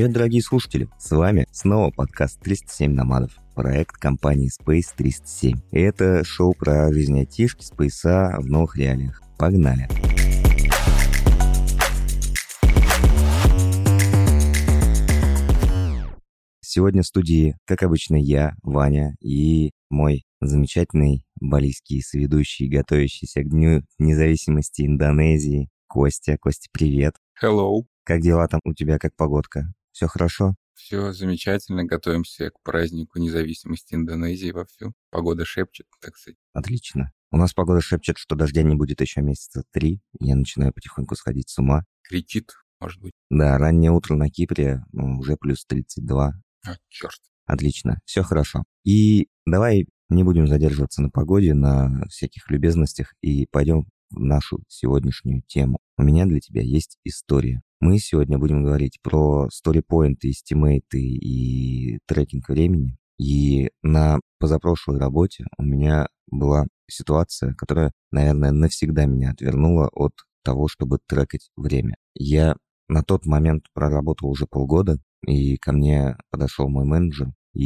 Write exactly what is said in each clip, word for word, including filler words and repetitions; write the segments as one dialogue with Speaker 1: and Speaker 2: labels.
Speaker 1: Привет, дорогие слушатели! С вами снова подкаст триста семь Номадов, проект компании Space триста семь. И это шоу про жизнь айтишки, спейса в новых реалиях. Погнали! Сегодня в студии, как обычно, я, Ваня, и мой замечательный балийский соведущий, готовящийся к Дню независимости Индонезии, Костя. Костя, привет!
Speaker 2: Hello!
Speaker 1: Как дела там у тебя, как погодка? Все хорошо?
Speaker 2: Все замечательно, готовимся к празднику независимости Индонезии вовсю. Погода шепчет, так сказать.
Speaker 1: Отлично. У нас погода шепчет, что дождя не будет еще месяца три. Я начинаю потихоньку сходить с ума.
Speaker 2: Кричит, может быть.
Speaker 1: Да, раннее утро на Кипре, ну, уже плюс тридцать два.
Speaker 2: А, черт.
Speaker 1: Отлично, все хорошо. И давай не будем задерживаться на погоде, на всяких любезностях и пойдем в нашу сегодняшнюю тему. У меня для тебя есть история. Мы сегодня будем говорить про сторипоинты, эстимейты и трекинг времени. И на позапрошлой работе у меня была ситуация, которая, наверное, навсегда меня отвернула от того, чтобы трекать время. Я на тот момент проработал уже полгода, и ко мне подошел мой менеджер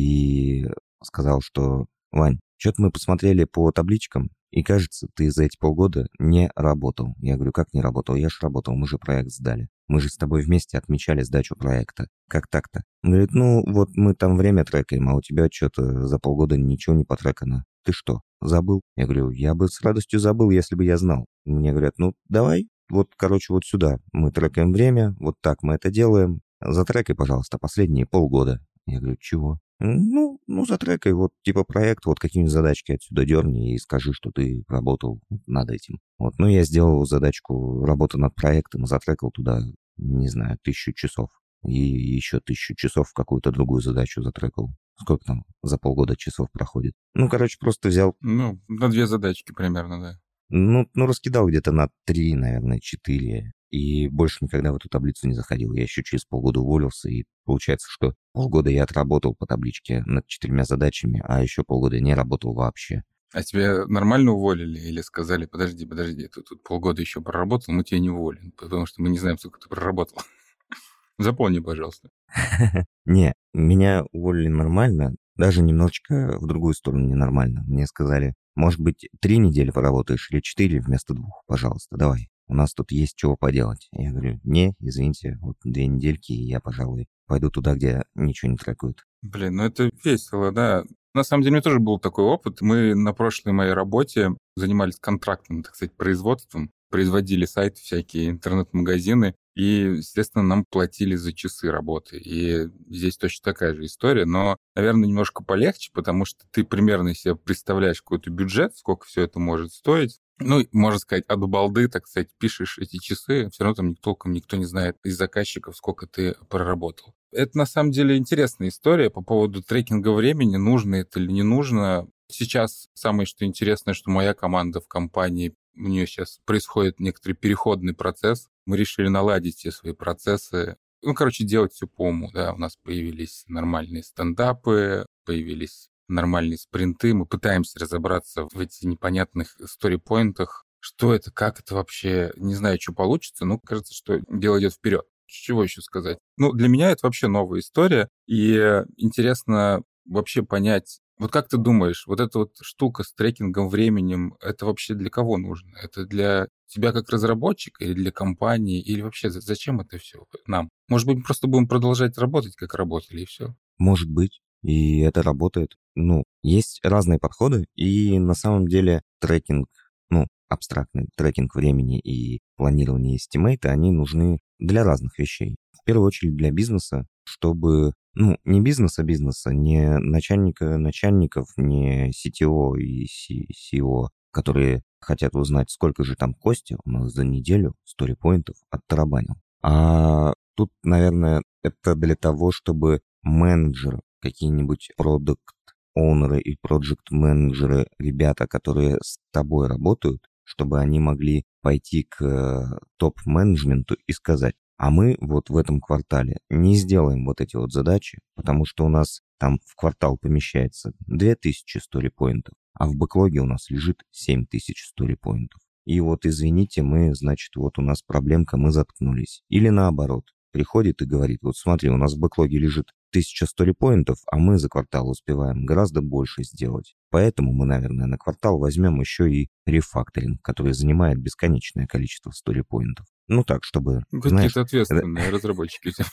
Speaker 1: и сказал, что «Вань, что-то мы посмотрели по табличкам, и кажется, ты за эти полгода не работал». Я говорю, как не работал? Я ж работал, мы же проект сдали. Мы же с тобой вместе отмечали сдачу проекта. Как так-то? Он говорит, ну вот мы там время трекаем, а у тебя что-то за полгода ничего не потрекано. Ты что, забыл? Я говорю, я бы с радостью забыл, если бы я знал. Мне говорят, ну давай, вот, короче, вот сюда мы трекаем время, вот так мы это делаем. Затрекай, пожалуйста, последние полгода. Я говорю, чего? Ну, ну, затрекай, вот, типа, проект, вот какие-нибудь задачки отсюда дерни и скажи, что ты работал над этим. Вот, ну, я сделал задачку работы над проектом, затрекал туда, не знаю, тысячу часов. И еще тысячу часов в какую-то другую задачу затрекал. Сколько там за полгода часов проходит? Ну, короче, просто взял...
Speaker 2: Ну, на две задачки примерно, да.
Speaker 1: Ну, ну раскидал где-то на три, наверное, четыре. И больше никогда в эту таблицу не заходил. Я еще через полгода уволился, и получается, что полгода я отработал по табличке над четырьмя задачами, а еще полгода не работал вообще.
Speaker 2: А тебя нормально уволили или сказали, подожди, подожди, ты тут полгода еще проработал, мы тебя не уволим, потому что мы не знаем, сколько ты проработал. Запомни, пожалуйста.
Speaker 1: Не, меня уволили нормально, даже немножечко в другую сторону ненормально. Мне сказали, может быть, три недели поработаешь или четыре вместо двух, пожалуйста, давай. У нас тут есть чего поделать. Я говорю, не, извините, вот две недельки, и я, пожалуй, пойду туда, где ничего не трекают.
Speaker 2: Блин, ну это весело, да. На самом деле, у меня тоже был такой опыт. Мы на прошлой моей работе занимались контрактным, так сказать, производством, производили сайты всякие, интернет-магазины, и, естественно, нам платили за часы работы. И здесь точно такая же история, но, наверное, немножко полегче, потому что ты примерно себе представляешь какой-то бюджет, сколько все это может стоить. Ну, можно сказать, от балды, так сказать, пишешь эти часы, все равно там толком никто не знает из заказчиков, сколько ты проработал. Это, на самом деле, интересная история по поводу трекинга времени, нужно это или не нужно. Сейчас самое, что интересное, что моя команда в компании, у нее сейчас происходит некоторый переходный процесс. Мы решили наладить все свои процессы. Ну, короче, делать все по уму, да. У нас появились нормальные стендапы, появились нормальные спринты. Мы пытаемся разобраться в этих непонятных сторипоинтах. Что это, как это вообще, не знаю, что получится, но кажется, что дело идет вперед. Чего еще сказать? Ну, для меня это вообще новая история, и интересно вообще понять, вот как ты думаешь, вот эта вот штука с трекингом временем, это вообще для кого нужно? Это для тебя как разработчика или для компании, или вообще зачем это все нам? Может быть, мы просто будем продолжать работать, как работали, и все?
Speaker 1: Может быть, и это работает. Ну, есть разные подходы, и на самом деле трекинг, ну, абстрактный трекинг времени и планирование эстимейта, они нужны для разных вещей. В первую очередь для бизнеса, чтобы, ну, не бизнеса бизнеса, не начальника начальников, не си ти о и си и о, которые хотят узнать, сколько же там Костя у нас за неделю сторипоинтов оттарабанил. А тут, наверное, это для того, чтобы менеджеры, какие-нибудь продукт-оунеры и проджект-менеджеры, ребята, которые с тобой работают, чтобы они могли пойти к топ-менеджменту и сказать, а мы вот в этом квартале не сделаем вот эти вот задачи, потому что у нас там в квартал помещается две тысячи сторипоинтов, а в бэклоге у нас лежит семь тысяч сторипоинтов. И вот, извините, мы, значит, вот у нас проблемка, мы заткнулись. Или наоборот, приходит и говорит, вот смотри, у нас в бэклоге лежит тысяча сторипоинтов, а мы за квартал успеваем гораздо больше сделать. Поэтому мы, наверное, на квартал возьмем еще и рефакторинг, который занимает бесконечное количество сторипоинтов. Ну так, чтобы, знаешь...
Speaker 2: Какие-то ответственные разработчики у тебя.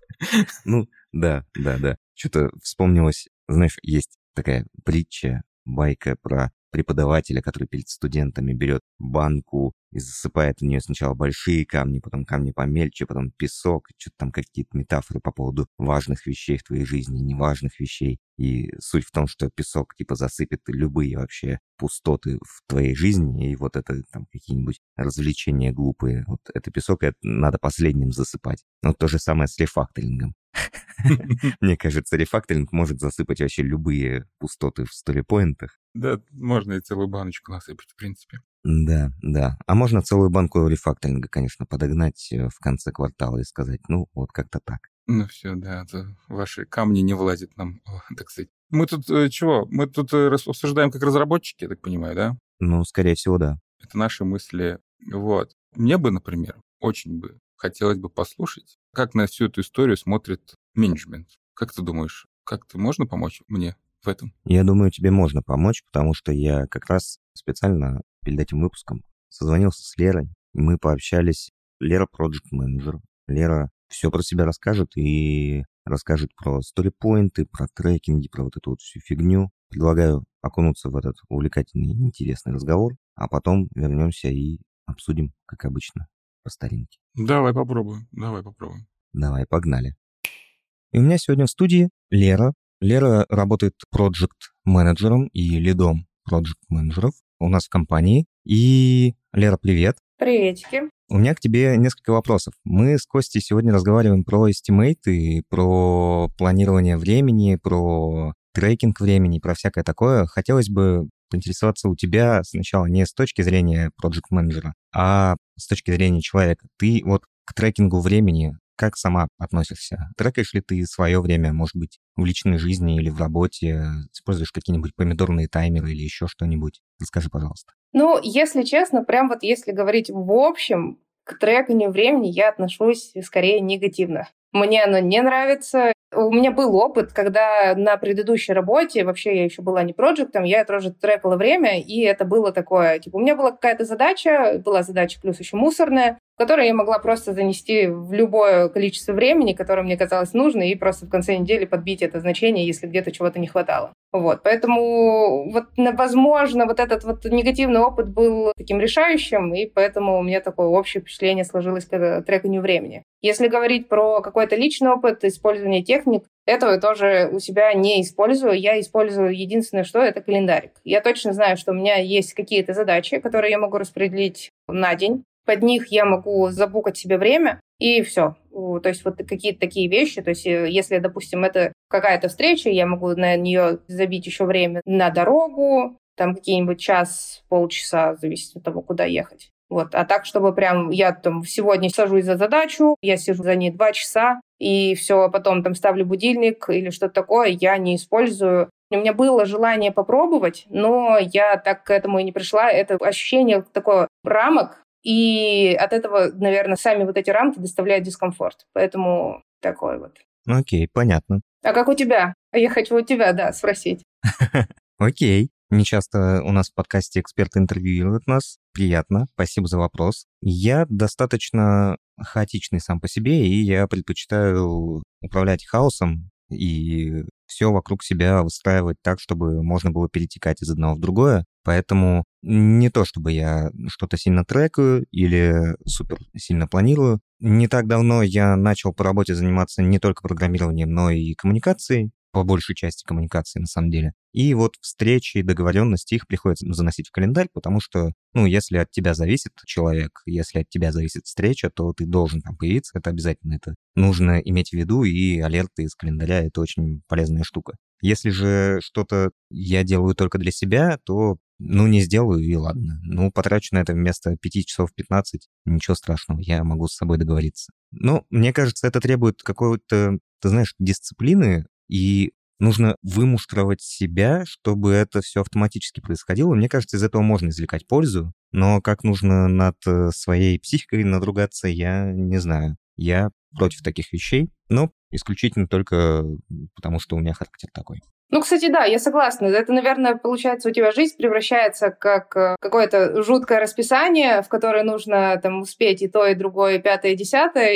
Speaker 1: Ну, да, да, да. Что-то вспомнилось, знаешь, есть такая притча, байка про преподавателя, который перед студентами берет банку и засыпает в нее сначала большие камни, потом камни помельче, потом песок, что-то там какие-то метафоры по поводу важных вещей в твоей жизни и неважных вещей. И суть в том, что песок типа засыпет любые вообще пустоты в твоей жизни, и вот это там какие-нибудь развлечения глупые. Вот это песок, это надо последним засыпать. Но то же самое с рефакторингом. Мне кажется, рефакторинг может засыпать вообще любые пустоты в сторипоинтах.
Speaker 2: Да, можно и целую баночку насыпать, в принципе.
Speaker 1: Да, да. А можно целую банку рефакторинга, конечно, подогнать в конце квартала и сказать, ну, вот как-то так.
Speaker 2: Ну все, да, это ваши камни не влазят нам, так сказать. Мы тут э, чего? Мы тут э, обсуждаем как разработчики, я так понимаю, да?
Speaker 1: Ну, скорее всего, да.
Speaker 2: Это наши мысли. Вот. Мне бы, например, очень бы хотелось бы послушать, как на всю эту историю смотрит менеджмент. Как ты думаешь, как-то можно помочь мне в этом?
Speaker 1: Я думаю, тебе можно помочь, потому что я как раз специально перед этим выпуском созвонился с Лерой, и мы пообщались. Лера проект менеджер. Лера все про себя расскажет и расскажет про сторипоинты, про трекинги, про вот эту вот всю фигню. Предлагаю окунуться в этот увлекательный и интересный разговор, а потом вернемся и обсудим, как обычно, по старинке.
Speaker 2: Давай попробуем, давай попробуем.
Speaker 1: Давай, погнали. И у меня сегодня в студии Лера. Лера работает проект-менеджером и лидом проект-менеджеров у нас в компании. И, Лера, привет.
Speaker 3: Приветики.
Speaker 1: У меня к тебе несколько вопросов. Мы с Костей сегодня разговариваем про эстимейты, про планирование времени, про трекинг времени, про всякое такое. Хотелось бы поинтересоваться у тебя сначала не с точки зрения проект-менеджера, а с точки зрения человека. Ты вот к трекингу времени как сама относишься? Трекаешь ли ты свое время, может быть, в личной жизни или в работе? Используешь какие-нибудь помидорные таймеры или еще что-нибудь? Расскажи, пожалуйста.
Speaker 3: Ну, если честно, прям вот если говорить в общем, к треканию времени я отношусь скорее негативно. Мне оно не нравится. У меня был опыт, когда на предыдущей работе, вообще я еще была не проектом, я тоже трекала время, и это было такое, типа, у меня была какая-то задача, была задача плюс еще мусорная, которую я могла просто занести в любое количество времени, которое мне казалось нужно, и просто в конце недели подбить это значение, если где-то чего-то не хватало. Вот, поэтому, вот, возможно, вот этот вот негативный опыт был таким решающим, и поэтому у меня такое общее впечатление сложилось к треканию времени. Если говорить про какой-то личный опыт использования техник, этого я тоже у себя не использую. Я использую единственное, что это календарик. Я точно знаю, что у меня есть какие-то задачи, которые я могу распределить на день. Под них я могу забукать себе время, и все. То есть вот какие-то такие вещи. То есть если, допустим, это какая-то встреча, я могу на нее забить еще время на дорогу, там какие-нибудь час, полчаса, зависит от того, куда ехать. Вот. А так, чтобы прям я там сегодня сажусь за задачу, я сижу за ней два часа, и все, а потом там ставлю будильник или что-то такое, я не использую. У меня было желание попробовать, но я так к этому и не пришла. Это ощущение такое рамок, и от этого, наверное, сами вот эти рамки доставляют дискомфорт. Поэтому такое вот.
Speaker 1: Окей, понятно.
Speaker 3: А как у тебя? Я хочу у тебя, да, спросить.
Speaker 1: Окей. Не часто у нас в подкасте эксперты интервьюируют нас. Приятно. Спасибо за вопрос. Я достаточно хаотичный сам по себе, и я предпочитаю управлять хаосом и все вокруг себя выстраивать так, чтобы можно было перетекать из одного в другое. Поэтому не то, чтобы я что-то сильно трекаю или супер сильно планирую. Не так давно я начал по работе заниматься не только программированием, но и коммуникацией. По большей части коммуникации, на самом деле. И вот встречи, договоренности, их приходится заносить в календарь, потому что, ну, если от тебя зависит человек, если от тебя зависит встреча, то ты должен там появиться, это обязательно, это нужно иметь в виду, и алерты из календаря — это очень полезная штука. Если же что-то я делаю только для себя, то, ну, не сделаю, и ладно. Ну, потрачу на это вместо пяти часов пятнадцать, ничего страшного, я могу с собой договориться. Но мне кажется, это требует какой-то, ты знаешь, дисциплины, и нужно вымуштровать себя, чтобы это все автоматически происходило. Мне кажется, из этого можно извлекать пользу, но как нужно над своей психикой надругаться, я не знаю. Я против таких вещей, но исключительно только потому, что у меня характер такой.
Speaker 3: Ну, кстати, да, я согласна. Это, наверное, получается, у тебя жизнь превращается как какое-то жуткое расписание, в которое нужно там успеть и то, и другое, и пятое, и десятое,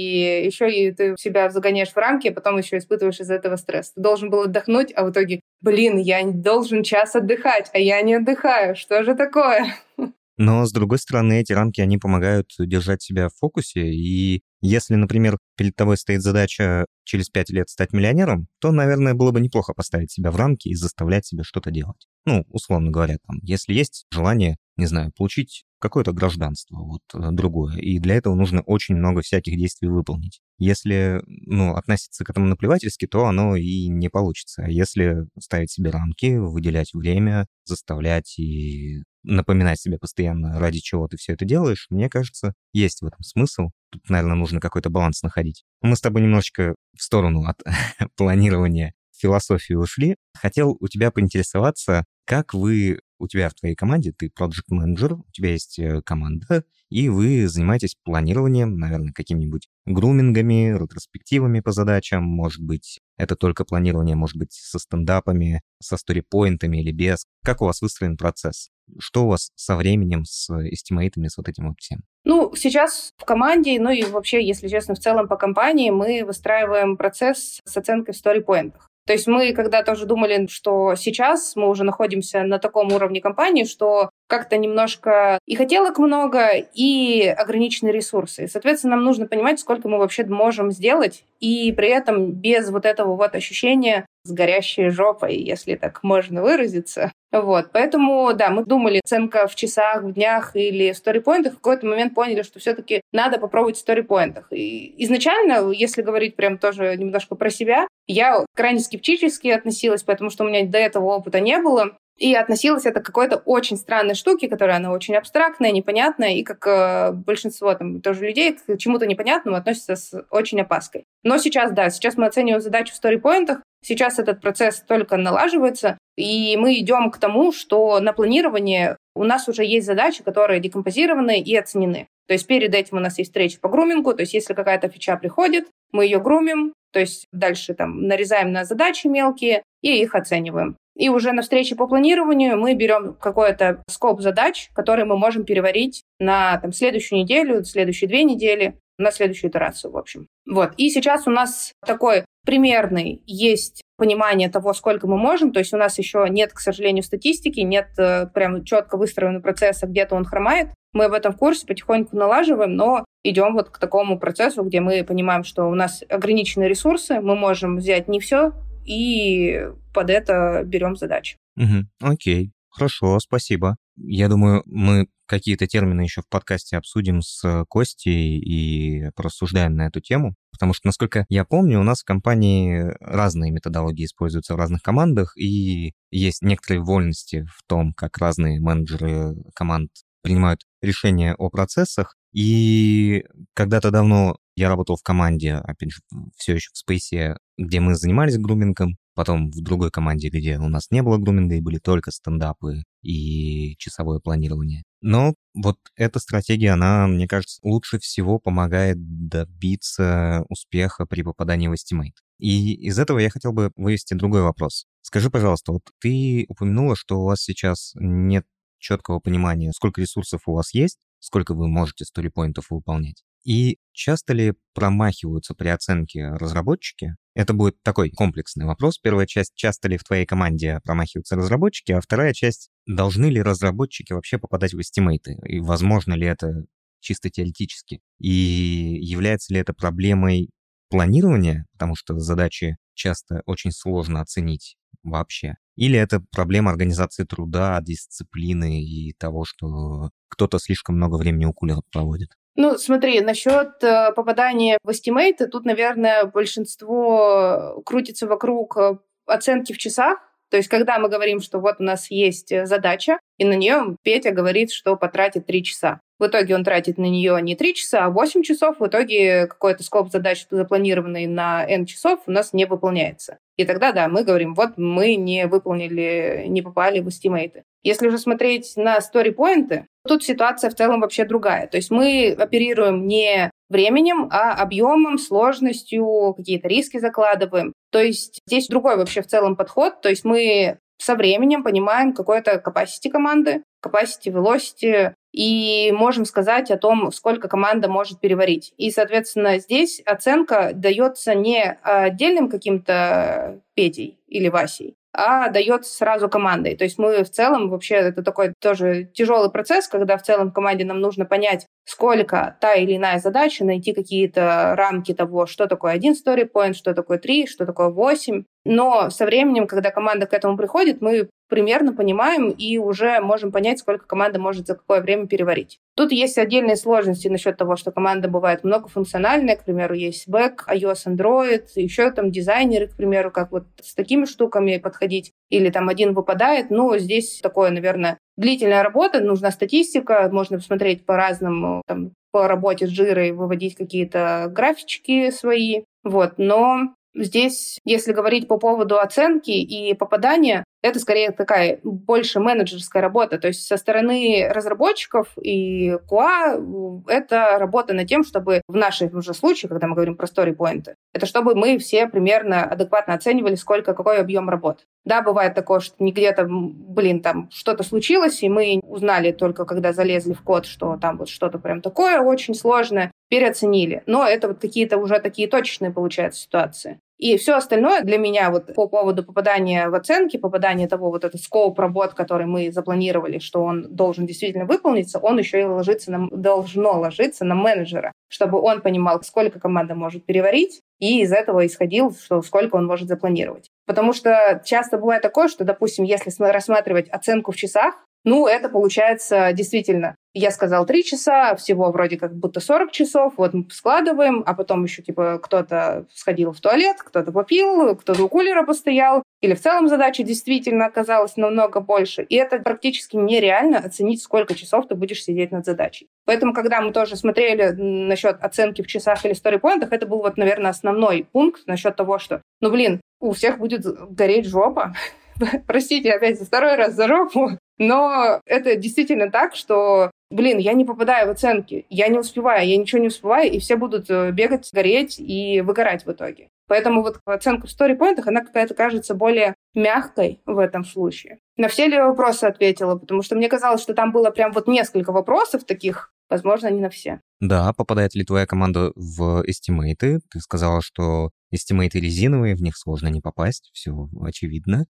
Speaker 3: и еще и ты себя загоняешь в рамки, а потом еще испытываешь из-за этого стресс. Ты должен был отдохнуть, а в итоге, блин, я должен час отдыхать, а я не отдыхаю. Что же такое?
Speaker 1: Но, с другой стороны, эти рамки, они помогают держать себя в фокусе, и если, например, перед тобой стоит задача через пять лет стать миллионером, то, наверное, было бы неплохо поставить себя в рамки и заставлять себя что-то делать. Ну, условно говоря, там, если есть желание, не знаю, получить какое-то гражданство, вот, другое, и для этого нужно очень много всяких действий выполнить. Если, ну, относиться к этому наплевательски, то оно и не получится. А если ставить себе рамки, выделять время, заставлять и напоминать себе постоянно, ради чего ты все это делаешь, мне кажется, есть в этом смысл. Тут, наверное, нужно какой-то баланс находить. Мы с тобой немножечко в сторону от планирования философии ушли. Хотел у тебя поинтересоваться, как вы, у тебя в твоей команде, ты проект-менеджер, у тебя есть команда, и вы занимаетесь планированием, наверное, какими-нибудь грумингами, ретроспективами по задачам, может быть, это только планирование, может быть, со стендапами, со сторипоинтами или без. Как у вас выстроен процесс? Что у вас со временем, с эстимейтами, с вот этим вот всем?
Speaker 3: Ну, сейчас в команде, ну и вообще, если честно, в целом по компании мы выстраиваем процесс с оценкой в сторипоинтах. То есть мы когда тоже думали, что сейчас мы уже находимся на таком уровне компании, что как-то немножко и хотелок много, и ограниченные ресурсы. Соответственно, нам нужно понимать, сколько мы вообще можем сделать, и при этом без вот этого вот ощущения с горящей жопой, если так можно выразиться. Вот. Поэтому, да, мы думали, оценка в часах, в днях или в сторипоинтах, в какой-то момент поняли, что все-таки надо попробовать в сторипоинтах. И изначально, если говорить прям тоже немножко про себя, я крайне скептически относилась, потому что у меня до этого опыта не было. И относилась это к какой-то очень странной штуке, которая она очень абстрактная, непонятная, и как э, большинство там тоже людей к чему-то непонятному относятся с очень опаской. Но сейчас, да, сейчас мы оцениваем задачу в сторипоинтах, сейчас этот процесс только налаживается, и мы идем к тому, что на планирование у нас уже есть задачи, которые декомпозированы и оценены. То есть перед этим у нас есть встреча по грумингу, то есть если какая-то фича приходит, мы ее грумим, то есть дальше там нарезаем на задачи мелкие и их оцениваем. И уже на встрече по планированию мы берем какой-то скоп задач, которые мы можем переварить на там, следующую неделю, следующие две недели, на следующую итерацию, в общем. Вот. И сейчас у нас такой примерный есть понимание того, сколько мы можем. То есть у нас еще нет, к сожалению, статистики, нет э, прям четко выстроенного процесса, где-то он хромает. Мы об этом в курсе, потихоньку налаживаем, но идем вот к такому процессу, где мы понимаем, что у нас ограниченные ресурсы, мы можем взять не все, и под это берем задачи.
Speaker 1: Угу, окей, хорошо, спасибо. Я думаю, мы какие-то термины еще в подкасте обсудим с Костей и порассуждаем на эту тему, потому что, насколько я помню, у нас в компании разные методологии используются в разных командах, и есть некоторые вольности в том, как разные менеджеры команд принимают решения о процессах. И когда-то давно я работал в команде, опять же, все еще в Space, где мы занимались грумингом, потом в другой команде, где у нас не было груминга и были только стендапы и часовое планирование. Но вот эта стратегия, она, мне кажется, лучше всего помогает добиться успеха при попадании в эстимейт. И из этого я хотел бы вывести другой вопрос. Скажи, пожалуйста, вот ты упомянула, что у вас сейчас нет четкого понимания, сколько ресурсов у вас есть, сколько вы можете сторипоинтов выполнять. И часто ли промахиваются при оценке разработчики? Это будет такой комплексный вопрос. Первая часть, часто ли в твоей команде промахиваются разработчики, а вторая часть, должны ли разработчики вообще попадать в эстимейты? И возможно ли это чисто теоретически? И является ли это проблемой планирования, потому что задачи часто очень сложно оценить вообще? Или это проблема организации труда, дисциплины и того, что кто-то слишком много времени у кулера проводит?
Speaker 3: Ну, смотри, насчет э, попадания в эстимейты, тут, наверное, большинство крутится вокруг оценки в часах. То есть, когда мы говорим, что вот у нас есть задача, и на нее Петя говорит, что потратит три часа. В итоге он тратит на нее не три часа, а восемь часов. В итоге какой-то скоп задач, запланированный на N часов, у нас не выполняется. И тогда, да, мы говорим, вот мы не выполнили, не попали в эстимейты. Если же смотреть на сторипоинты, тут ситуация в целом вообще другая. То есть мы оперируем не временем, а объемом, сложностью, какие-то риски закладываем. То есть здесь другой вообще в целом подход. То есть мы со временем понимаем какое-то capacity команды, capacity, velocity, и можем сказать о том, сколько команда может переварить. И, соответственно, здесь оценка дается не отдельным каким-то Петей или Васей, а дается сразу командой. То есть мы в целом вообще, это такой тоже тяжелый процесс, когда в целом команде нам нужно понять, сколько та или иная задача, найти какие-то рамки того, что такое один story point, что такое три, что такое восемь. Но со временем, когда команда к этому приходит, мы примерно понимаем и уже можем понять, сколько команда может за какое время переварить. Тут есть отдельные сложности насчет того, что команда бывает многофункциональная, к примеру, есть бэк, iOS, Android, еще там дизайнеры, к примеру, как вот с такими штуками подходить, или там один выпадает. Ну, здесь такое, наверное, длительная работа, нужна статистика, можно посмотреть по-разному, там, по работе с жирой, выводить какие-то графички свои, вот, но здесь, если говорить по поводу оценки и попадания, это скорее такая больше менеджерская работа. То есть со стороны разработчиков и кью эй это работа над тем, чтобы в нашем уже случае, когда мы говорим про сторипоинты, это чтобы мы все примерно адекватно оценивали, сколько, какой объем работ. Да, бывает такое, что не где-то, блин, там что-то случилось, и мы узнали только, когда залезли в код, что там вот что-то прям такое очень сложное, переоценили. Но это вот какие-то уже такие точечные, получаются, ситуации. И все остальное для меня вот по поводу попадания в оценки, попадания того вот этот скоуп работ, который мы запланировали, что он должен действительно выполниться, он еще и ложится на, должно ложиться на менеджера, чтобы он понимал, сколько команда может переварить, и из этого исходил, что сколько он может запланировать. Потому что часто бывает такое, что, допустим, если рассматривать оценку в часах, ну, это получается действительно, я сказал три часа, всего вроде как будто сорок часов, вот мы складываем, а потом еще типа кто-то сходил в туалет, кто-то попил, кто-то у кулера постоял, или в целом задача действительно оказалась намного больше. И это практически нереально оценить, сколько часов ты будешь сидеть над задачей. Поэтому, когда мы тоже смотрели насчет оценки в часах или сторипоинтах, это был вот, наверное, основной пункт насчет того, что, ну, блин, у всех будет гореть жопа. Простите опять за второй раз за жопу, но это действительно так, что, блин, я не попадаю в оценки, я не успеваю, я ничего не успеваю, и все будут бегать, гореть и выгорать в итоге. Поэтому вот оценка в сторипоинтах, она какая-то кажется более мягкой в этом случае. На все ли вопросы ответила? Потому что мне казалось, что там было прям вот несколько вопросов таких, возможно, не на все.
Speaker 1: Да, попадает ли твоя команда в эстимейты? Ты сказала, что эстимейты резиновые, в них сложно не попасть, все очевидно.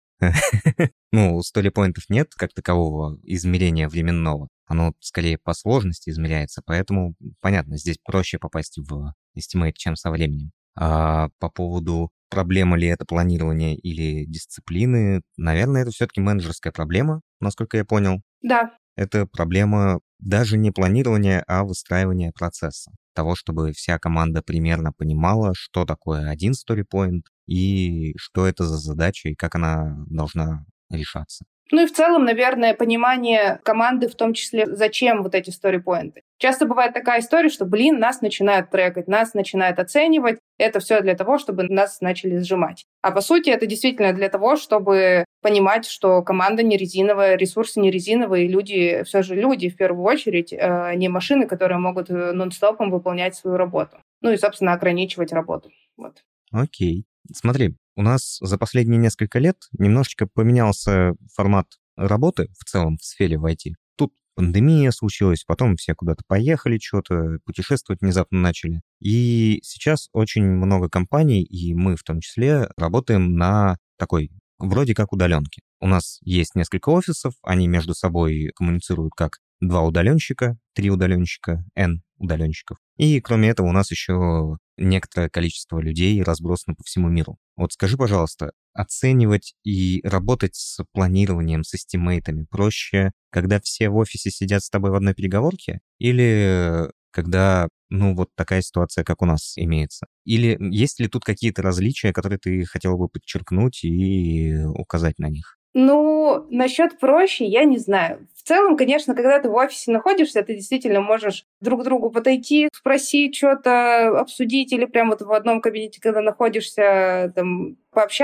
Speaker 1: Ну, сторипоинтов нет как такового измерения временного. Оно скорее по сложности измеряется, поэтому, понятно, здесь проще попасть в эстимейт, чем со временем. А по поводу проблема ли это планирование или дисциплины, наверное, это все-таки менеджерская проблема, насколько я понял.
Speaker 3: Да.
Speaker 1: Это проблема даже не планирования, а выстраивания процесса. Того, чтобы вся команда примерно понимала, что такое один сторипоинт и что это за задача и как она должна решаться.
Speaker 3: Ну и в целом, наверное, понимание команды, в том числе, зачем вот эти сторипоинты. Часто бывает такая история, что, блин, нас начинают трекать, нас начинают оценивать. Это все для того, чтобы нас начали сжимать. А по сути, это действительно для того, чтобы понимать, что команда не резиновая, ресурсы не резиновые, люди все же люди в первую очередь, а не машины, которые могут нон-стопом выполнять свою работу. Ну и, собственно, ограничивать работу. Вот.
Speaker 1: Окей. Смотри, у нас за последние несколько лет немножечко поменялся формат работы в целом в сфере в ай ти. Тут пандемия случилась, потом все куда-то поехали, что-то путешествовать внезапно начали. И сейчас очень много компаний, и мы в том числе, работаем на такой вроде как удаленке. У нас есть несколько офисов, они между собой коммуницируют как два удаленщика, три удаленщика, N удаленщиков. И кроме этого у нас еще некоторое количество людей разбросано по всему миру. Вот скажи, пожалуйста, оценивать и работать с планированием, с эстимейтами проще, когда все в офисе сидят с тобой в одной переговорке, или когда, ну, вот такая ситуация, как у нас имеется? Или есть ли тут какие-то различия, которые ты хотела бы подчеркнуть и указать на них?
Speaker 3: Ну, насчет проще, я не знаю. В целом, конечно, когда ты в офисе находишься, ты действительно можешь друг к другу подойти, спросить что-то, обсудить, или прямо вот в одном кабинете, когда находишься, там, пообщаться.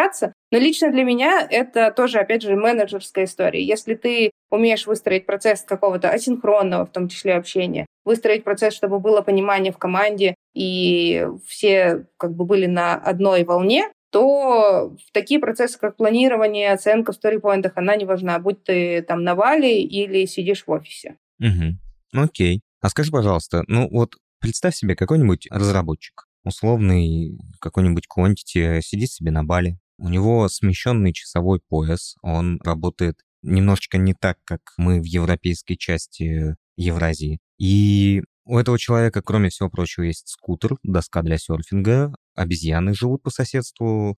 Speaker 3: Но лично для меня это тоже, опять же, менеджерская история. Если ты умеешь выстроить процесс какого-то асинхронного, в том числе общения, выстроить процесс, чтобы было понимание в команде, и все как бы были на одной волне, то в такие процессы, как планирование, оценка в сторипоинтах, она не важна, будь ты там на Бали или сидишь в офисе.
Speaker 1: Угу. Окей. А скажи, пожалуйста, ну вот представь себе какой-нибудь разработчик, условный какой-нибудь quantity, сидит себе на Бали, у него смещенный часовой пояс, он работает немножечко не так, как мы в европейской части Евразии. И у этого человека, кроме всего прочего, есть скутер, доска для серфинга, обезьяны живут по соседству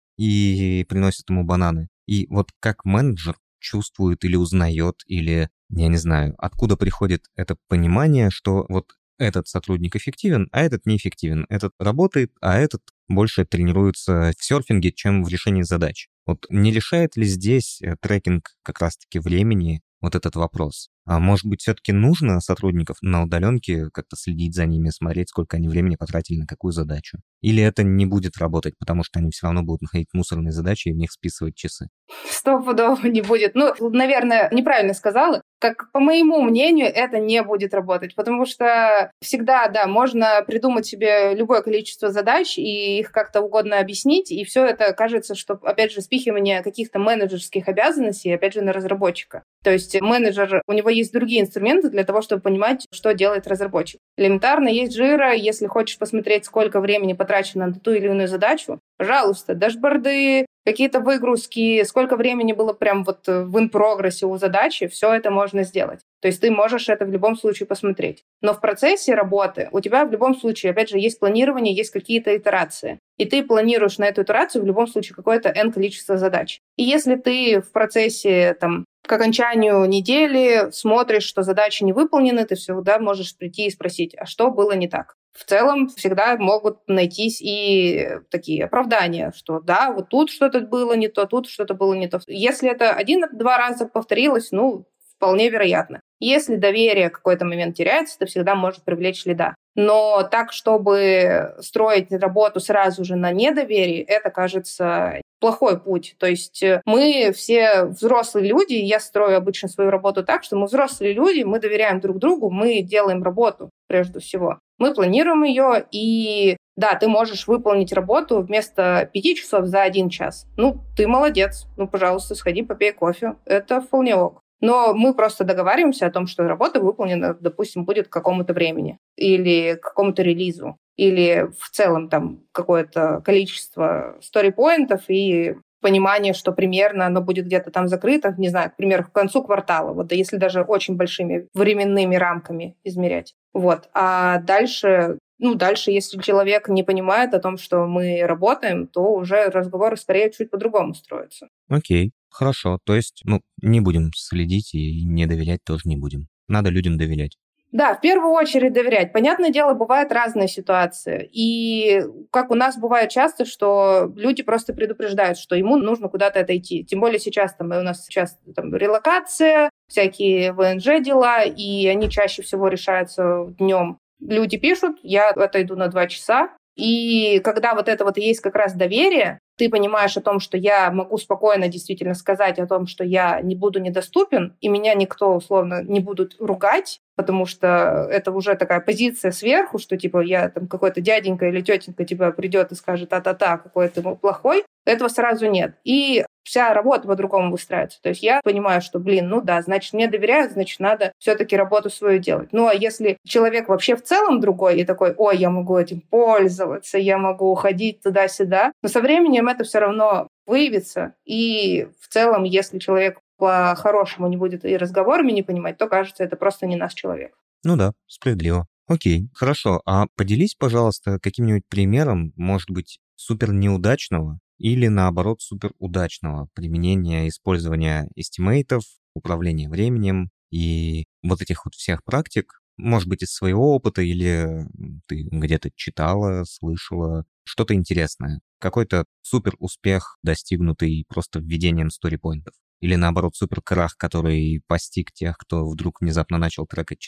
Speaker 1: и приносят ему бананы. И вот как менеджер чувствует или узнает, или, я не знаю, откуда приходит это понимание, что вот этот сотрудник эффективен, а этот неэффективен. Этот работает, а этот больше тренируется в серфинге, чем в решении задач. Вот не лишает ли здесь трекинг как раз-таки времени вот этот вопрос? А может быть, все-таки нужно сотрудников на удаленке как-то следить за ними, смотреть, сколько они времени потратили на какую задачу? Или это не будет работать, потому что они все равно будут находить мусорные задачи и в них списывать часы?
Speaker 3: Стопудово не будет. Ну, наверное, неправильно сказала. Как по моему мнению, это не будет работать, потому что всегда, да, можно придумать себе любое количество задач и их как-то угодно объяснить, и все это кажется, что, опять же, спихивание каких-то менеджерских обязанностей, опять же, на разработчика. То есть менеджер, у него есть другие инструменты для того, чтобы понимать, что делает разработчик. Элементарно есть Jira, если хочешь посмотреть, сколько времени потрачено на ту или иную задачу, пожалуйста, дашборды, какие-то выгрузки, сколько времени было прям вот в in-прогрессе у задачи, все это можно сделать. То есть ты можешь это в любом случае посмотреть. Но в процессе работы у тебя в любом случае, опять же, есть планирование, есть какие-то итерации. И ты планируешь на эту итерацию в любом случае какое-то n количество задач. И если ты в процессе там, к окончанию недели смотришь, что задачи не выполнены, ты всегда можешь прийти и спросить, а что было не так? В целом всегда могут найтись и такие оправдания, что да, вот тут что-то было не то, тут что-то было не то. Если это один-два раза повторилось, ну, вполне вероятно. Если доверие в какой-то момент теряется, то всегда может привлечь лида. Но так, чтобы строить работу сразу же на недоверии, это, кажется, плохой путь. То есть мы все взрослые люди, и я строю обычно свою работу так, что мы взрослые люди, мы доверяем друг другу, мы делаем работу прежде всего. Мы планируем ее, и да, ты можешь выполнить работу вместо пяти часов за один час. Ну, ты молодец. Ну, пожалуйста, сходи, попей кофе. Это вполне ок. Но мы просто договариваемся о том, что работа выполнена, допустим, будет к какому-то времени или к какому-то релизу, или в целом там какое-то количество сторипоинтов и понимание, что примерно оно будет где-то там закрыто, не знаю, к примеру, к концу квартала, вот, да, если даже очень большими временными рамками измерять. Вот. А дальше, ну, дальше, если человек не понимает о том, что мы работаем, то уже разговор скорее чуть по-другому строится.
Speaker 1: Окей. Хорошо, то есть, ну, не будем следить и не доверять тоже не будем. Надо людям доверять.
Speaker 3: Да, в первую очередь доверять. Понятное дело, бывают разные ситуации. И как у нас бывает часто, что люди просто предупреждают, что ему нужно куда-то отойти. Тем более сейчас там у нас сейчас там релокация, всякие вэ эн жэ дела, и они чаще всего решаются днем. Люди пишут, я отойду на два часа. И когда вот это вот есть как раз доверие, ты понимаешь о том, что я могу спокойно действительно сказать о том, что я не буду недоступен, и меня никто, условно, не будут ругать, потому что это уже такая позиция сверху, что типа я там какой-то дяденька или тетенька тебя придет и скажет а-та-та, какой ты плохой. Этого сразу нет. И вся работа по-другому выстраивается. То есть я понимаю, что, блин, ну да, значит, мне доверяют, значит, надо все-таки работу свою делать. Ну, а если человек вообще в целом другой и такой, ой, я могу этим пользоваться, я могу уходить туда-сюда, но со временем это все равно выявится. И в целом, если человек по-хорошему не будет и разговорами не понимать, то, кажется, это просто не наш человек.
Speaker 1: Ну да, справедливо. Окей, хорошо. А поделись, пожалуйста, каким-нибудь примером, может быть, супер неудачного или, наоборот, супер удачного применения использования эстимейтов, управления временем и вот этих вот всех практик, может быть, из своего опыта или ты где-то читала, слышала, что-то интересное. Какой-то супер успех, достигнутый просто введением сторипоинтов. Или, наоборот, супер крах, который постиг тех, кто вдруг внезапно начал трекать часы.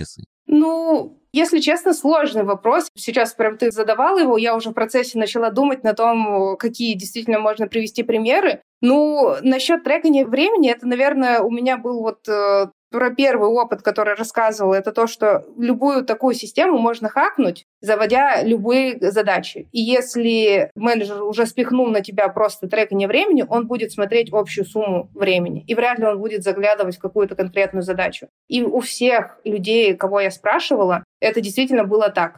Speaker 3: Ну, если честно, сложный вопрос. Сейчас прям ты задавал его, я уже в процессе начала думать на том, какие действительно можно привести примеры. Ну, насчет трекания времени, это, наверное, у меня был вот э, про первый опыт, который рассказывал, это то, что любую такую систему можно хакнуть, заводя любые задачи. И если менеджер уже спихнул на тебя просто трекание времени, он будет смотреть общую сумму времени. И вряд ли он будет заглядывать в какую-то конкретную задачу. И у всех людей, кого я спрашивала, это действительно было так,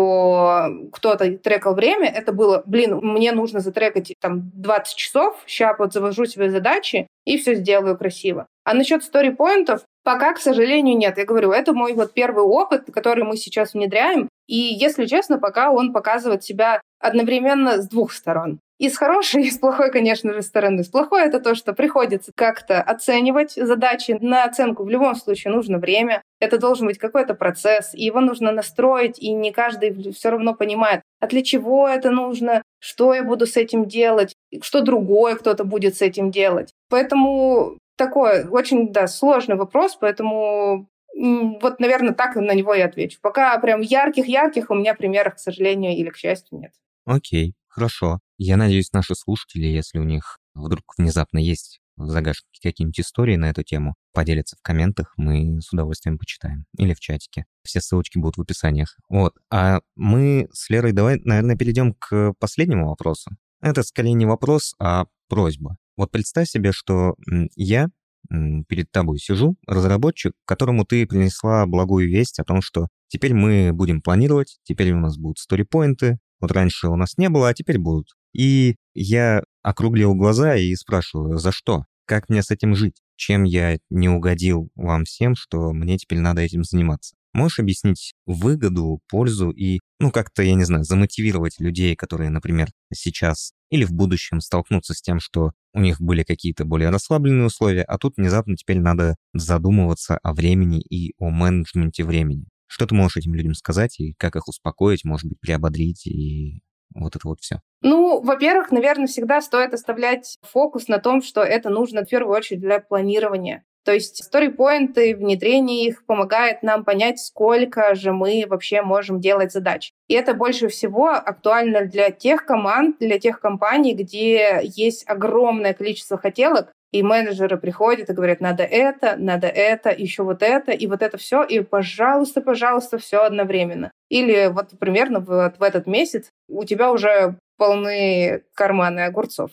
Speaker 3: что кто-то трекал время, это было, блин, мне нужно затрекать там двадцать часов, сейчас вот завожу себе задачи и все сделаю красиво. А насчет сторипоинтов пока, к сожалению, нет. Я говорю, это мой вот первый опыт, который мы сейчас внедряем, и, если честно, пока он показывает себя одновременно с двух сторон. И с хорошей, и с плохой, конечно же, стороны. С плохой — это то, что приходится как-то оценивать задачи. На оценку в любом случае нужно время. Это должен быть какой-то процесс, и его нужно настроить, и не каждый все равно понимает, а для чего это нужно, что я буду с этим делать, что другое кто-то будет с этим делать. Поэтому такой очень, да, сложный вопрос, поэтому вот, наверное, так на него и отвечу. Пока прям ярких-ярких у меня примеров, к сожалению, или к счастью, нет.
Speaker 1: Окей, хорошо. Я надеюсь, наши слушатели, если у них вдруг внезапно есть в загашнике какие-нибудь истории на эту тему, поделятся в комментах, мы с удовольствием почитаем. Или в чатике. Все ссылочки будут в описаниях. Вот. А мы с Лерой давай, наверное, перейдем к последнему вопросу. Это скорее не вопрос, а просьба. Вот представь себе, что я перед тобой сижу, разработчик, которому ты принесла благую весть о том, что теперь мы будем планировать, теперь у нас будут сторипоинты, вот раньше у нас не было, а теперь будут. И я округлил глаза и спрашиваю, за что? Как мне с этим жить? Чем я не угодил вам всем, что мне теперь надо этим заниматься? Можешь объяснить выгоду, пользу и, ну, как-то, я не знаю, замотивировать людей, которые, например, сейчас или в будущем столкнутся с тем, что у них были какие-то более расслабленные условия, а тут внезапно теперь надо задумываться о времени и о менеджменте времени. Что ты можешь этим людям сказать и как их успокоить, может быть, приободрить и вот это вот все?
Speaker 3: Ну, во-первых, наверное, всегда стоит оставлять фокус на том, что это нужно в первую очередь для планирования. То есть сторипоинты, внедрение их помогает нам понять, сколько же мы вообще можем делать задач. И это больше всего актуально для тех команд, для тех компаний, где есть огромное количество хотелок, и менеджеры приходят и говорят, надо это, надо это, еще вот это, и вот это все, и пожалуйста, пожалуйста, все одновременно. Или вот примерно вот в этот месяц у тебя уже полны карманы огурцов.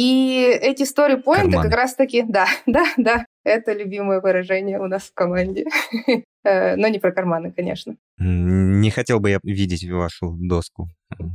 Speaker 3: И эти сторипоинты как раз-таки, да, да, да, это любимое выражение у нас в команде. Но не про карманы, конечно.
Speaker 1: Не хотел бы я видеть вашу доску.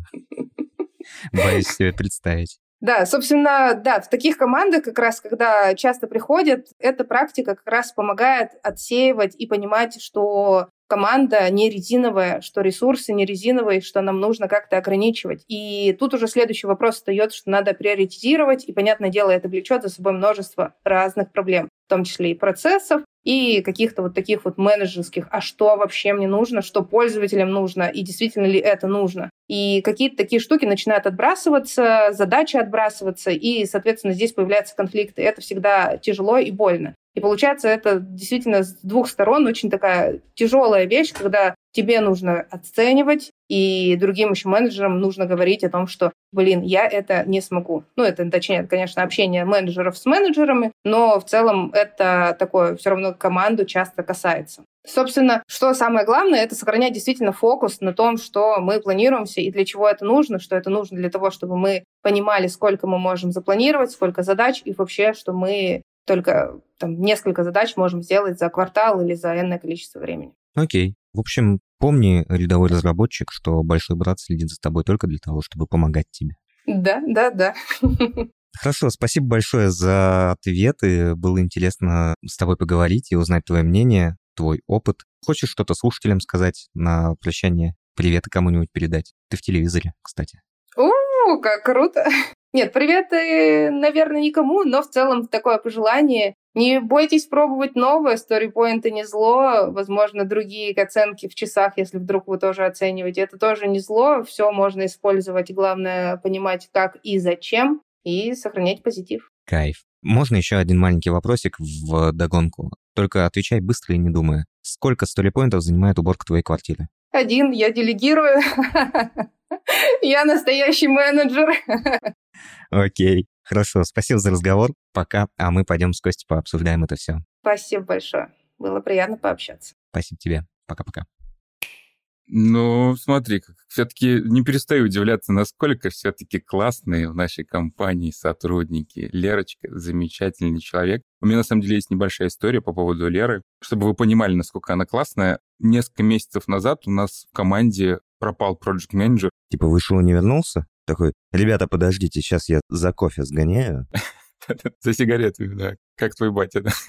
Speaker 1: Боюсь себе представить.
Speaker 3: Да, собственно, да, в таких командах как раз, когда часто приходят, эта практика как раз помогает отсеивать и понимать, что команда не резиновая, что ресурсы не резиновые, что нам нужно как-то ограничивать. И тут уже следующий вопрос встает, что надо приоритизировать, и, понятное дело, это влечет за собой множество разных проблем, в том числе и процессов, и каких-то вот таких вот менеджерских, а что вообще мне нужно, что пользователям нужно, и действительно ли это нужно. И какие-то такие штуки начинают отбрасываться, задачи отбрасываться, и, соответственно, здесь появляются конфликты. Это всегда тяжело и больно. И получается, это действительно с двух сторон очень такая тяжелая вещь, когда тебе нужно оценивать, и другим еще менеджерам нужно говорить о том, что, блин, я это не смогу. Ну, это, точнее, конечно, общение менеджеров с менеджерами, но в целом это такое все равно команду часто касается. Собственно, что самое главное, это сохранять действительно фокус на том, что мы планируемся и для чего это нужно, что это нужно для того, чтобы мы понимали, сколько мы можем запланировать, сколько задач, и вообще, что мы только там, несколько задач можем сделать за квартал или за энное количество времени.
Speaker 1: Окей. В общем, помни, рядовой разработчик, что большой брат следит за тобой только для того, чтобы помогать тебе.
Speaker 3: Да, да, да.
Speaker 1: Хорошо, спасибо большое за ответы. Было интересно с тобой поговорить и узнать твое мнение, твой опыт. Хочешь что-то слушателям сказать на прощание? Приветы кому-нибудь передать? Ты в телевизоре, кстати.
Speaker 3: О, как круто! Нет, приветы, наверное, никому, но в целом такое пожелание. Не бойтесь пробовать новое, сторипоинты не зло, возможно, другие оценки в часах, если вдруг вы тоже оцениваете, это тоже не зло, все можно использовать, главное понимать, как и зачем, и сохранять позитив.
Speaker 1: Кайф. Можно еще один маленький вопросик в догонку? Только отвечай быстро и не думая. Сколько стори-поинтов занимает уборка твоей квартиры?
Speaker 3: Один, я делегирую. Я настоящий менеджер.
Speaker 1: Окей, хорошо, спасибо за разговор. Пока, а мы пойдем с Костей пообсуждаем это все.
Speaker 3: Спасибо большое. Было приятно пообщаться.
Speaker 1: Спасибо тебе. Пока-пока.
Speaker 2: Ну, смотри, все-таки не перестаю удивляться, насколько все-таки классные в нашей компании сотрудники. Лерочка замечательный человек. У меня, на самом деле, есть небольшая история по поводу Леры. Чтобы вы понимали, насколько она классная, несколько месяцев назад у нас в команде пропал project manager.
Speaker 1: Типа вышел и не вернулся? Такой, ребята, подождите, сейчас я за кофе сгоняю.
Speaker 2: За сигаретами, да. Как твой батя, да.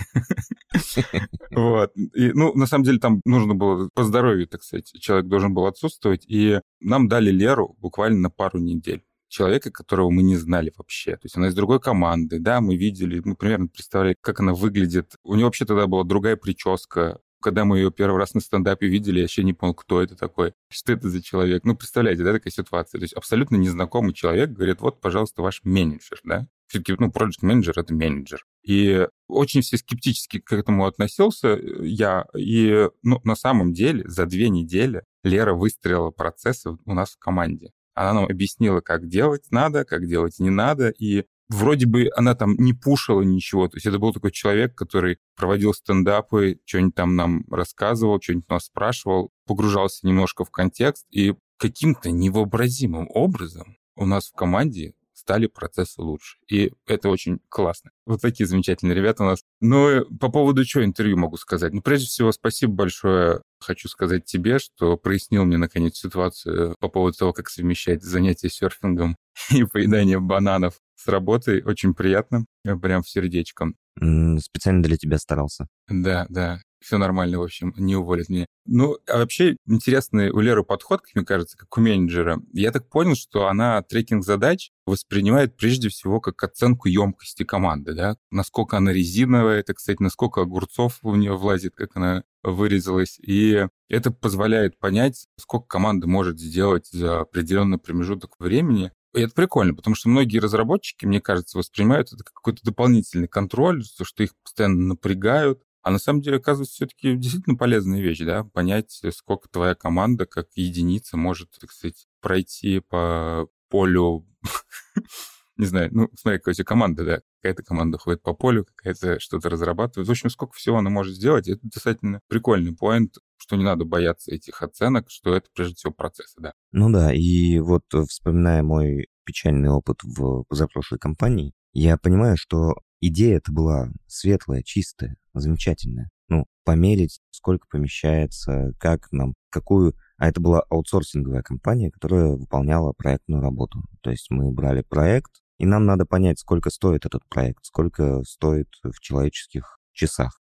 Speaker 2: Вот. И, ну, на самом деле, там нужно было по здоровью, так сказать, человек должен был отсутствовать, и нам дали Леру буквально на пару недель. Человека, которого мы не знали вообще. То есть она из другой команды, да, мы видели, мы примерно представляли, как она выглядит. У нее вообще тогда была другая прическа. Когда мы ее первый раз на стендапе видели, я вообще не понял, кто это такой, что это за человек. Ну, представляете, да, такая ситуация. То есть абсолютно незнакомый человек говорит, вот, пожалуйста, ваш менеджер, да. Все-таки, ну, project manager — это менеджер. И очень все скептически к этому относился я. И, ну, на самом деле, за две недели Лера выстроила процессы у нас в команде. Она нам объяснила, как делать надо, как делать не надо. И вроде бы она там не пушила ничего. То есть это был такой человек, который проводил стендапы, что-нибудь там нам рассказывал, что-нибудь нас спрашивал, погружался немножко в контекст. И каким-то невообразимым образом у нас в команде стали процессы лучше. И это очень классно. Вот такие замечательные ребята у нас. Ну, по поводу чего интервью могу сказать? Ну, прежде всего, спасибо большое. Хочу сказать тебе, что прояснил мне, наконец, ситуацию по поводу того, как совмещать занятия серфингом и поедание бананов с работой. Очень приятно. Прям в сердечко.
Speaker 1: М, Специально для тебя старался.
Speaker 2: Да, да. Все нормально, в общем, не уволят меня. Ну, а вообще интересный у Леры подход, как мне кажется, как у менеджера. Я так понял, что она трекинг задач воспринимает прежде всего как оценку емкости команды, да, насколько она резиновая, это, кстати, насколько огурцов у нее влазит, как она вырезалась. И это позволяет понять, сколько команда может сделать за определенный промежуток времени. И это прикольно, потому что многие разработчики, мне кажется, воспринимают это как какой-то дополнительный контроль, то, что их постоянно напрягают. А на самом деле, оказывается, все-таки действительно полезная вещь, да, понять, сколько твоя команда как единица может, так сказать, пройти по полю, не знаю, ну, смотри, какая у тебя команда, да, какая-то команда ходит по полю, какая-то что-то разрабатывает. В общем, сколько всего она может сделать, это достаточно прикольный поинт, что не надо бояться этих оценок, что это, прежде всего, процессы, да.
Speaker 1: Ну да, и вот вспоминая мой печальный опыт в позапрошлой компании, я понимаю, что идея это была светлая, чистая, замечательная. Ну, померить, сколько помещается, как нам, какую... А это была аутсорсинговая компания, которая выполняла проектную работу. То есть мы брали проект, и нам надо понять, сколько стоит этот проект, сколько стоит в человеческих часах,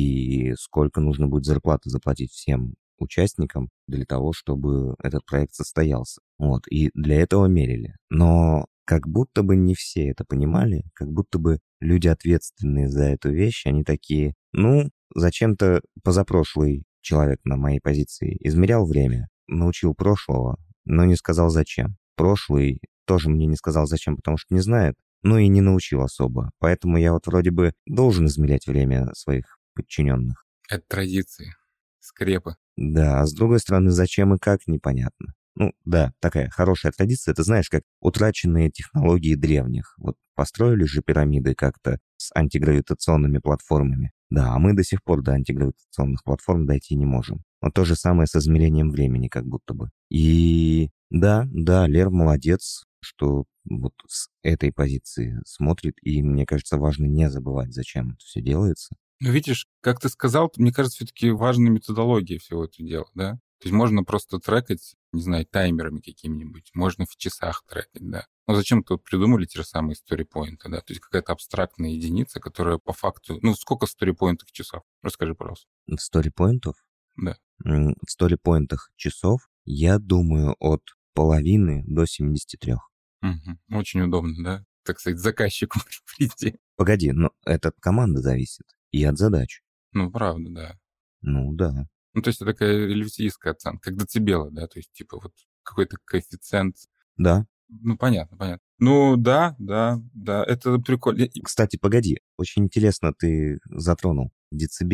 Speaker 1: и сколько нужно будет зарплаты заплатить всем участникам для того, чтобы этот проект состоялся. Вот, и для этого мерили. Но как будто бы не все это понимали, как будто бы люди, ответственные за эту вещь, они такие, ну, зачем-то позапрошлый человек на моей позиции измерял время, научил прошлого, но не сказал зачем. Прошлый тоже мне не сказал зачем, потому что не знает, но и не научил особо. Поэтому я вот вроде бы должен измерять время своих подчиненных.
Speaker 2: Это традиции, скрепы.
Speaker 1: Да, а с другой стороны, зачем и как, непонятно. Ну, да, такая хорошая традиция, это знаешь, как утраченные технологии древних. Вот построили же пирамиды как-то с антигравитационными платформами. Да, а мы до сих пор до антигравитационных платформ дойти не можем. Вот то же самое с измерением времени как будто бы. И да, да, Лер молодец, что вот с этой позиции смотрит, и мне кажется, важно не забывать, зачем это все делается.
Speaker 2: Ну, видишь, как ты сказал, мне кажется, все-таки важна методология всего этого дела, да? То есть можно просто трекать, не знаю, таймерами какими-нибудь, можно в часах трекать, да. Но зачем-то вот придумали те же самые сторипоинты, да? То есть какая-то абстрактная единица, которая по факту... Ну, сколько сторипоинтов часов? Расскажи, пожалуйста.
Speaker 1: В сторипоинтов?
Speaker 2: Да.
Speaker 1: В сторипоинтах часов, я думаю, от половины до семидесяти трёх.
Speaker 2: Угу. Очень удобно, да? Так сказать, заказчику прийти.
Speaker 1: Погоди, но это от команды зависит и от задач.
Speaker 2: Ну, правда, да.
Speaker 1: Ну, да.
Speaker 2: Ну, то есть это такая релятивистская оценка, как децибелы, да? То есть типа вот какой-то коэффициент.
Speaker 1: Да.
Speaker 2: Ну, понятно, понятно. Ну, да, да, да, это прикольно.
Speaker 1: Кстати, погоди, очень интересно ты затронул децибелы.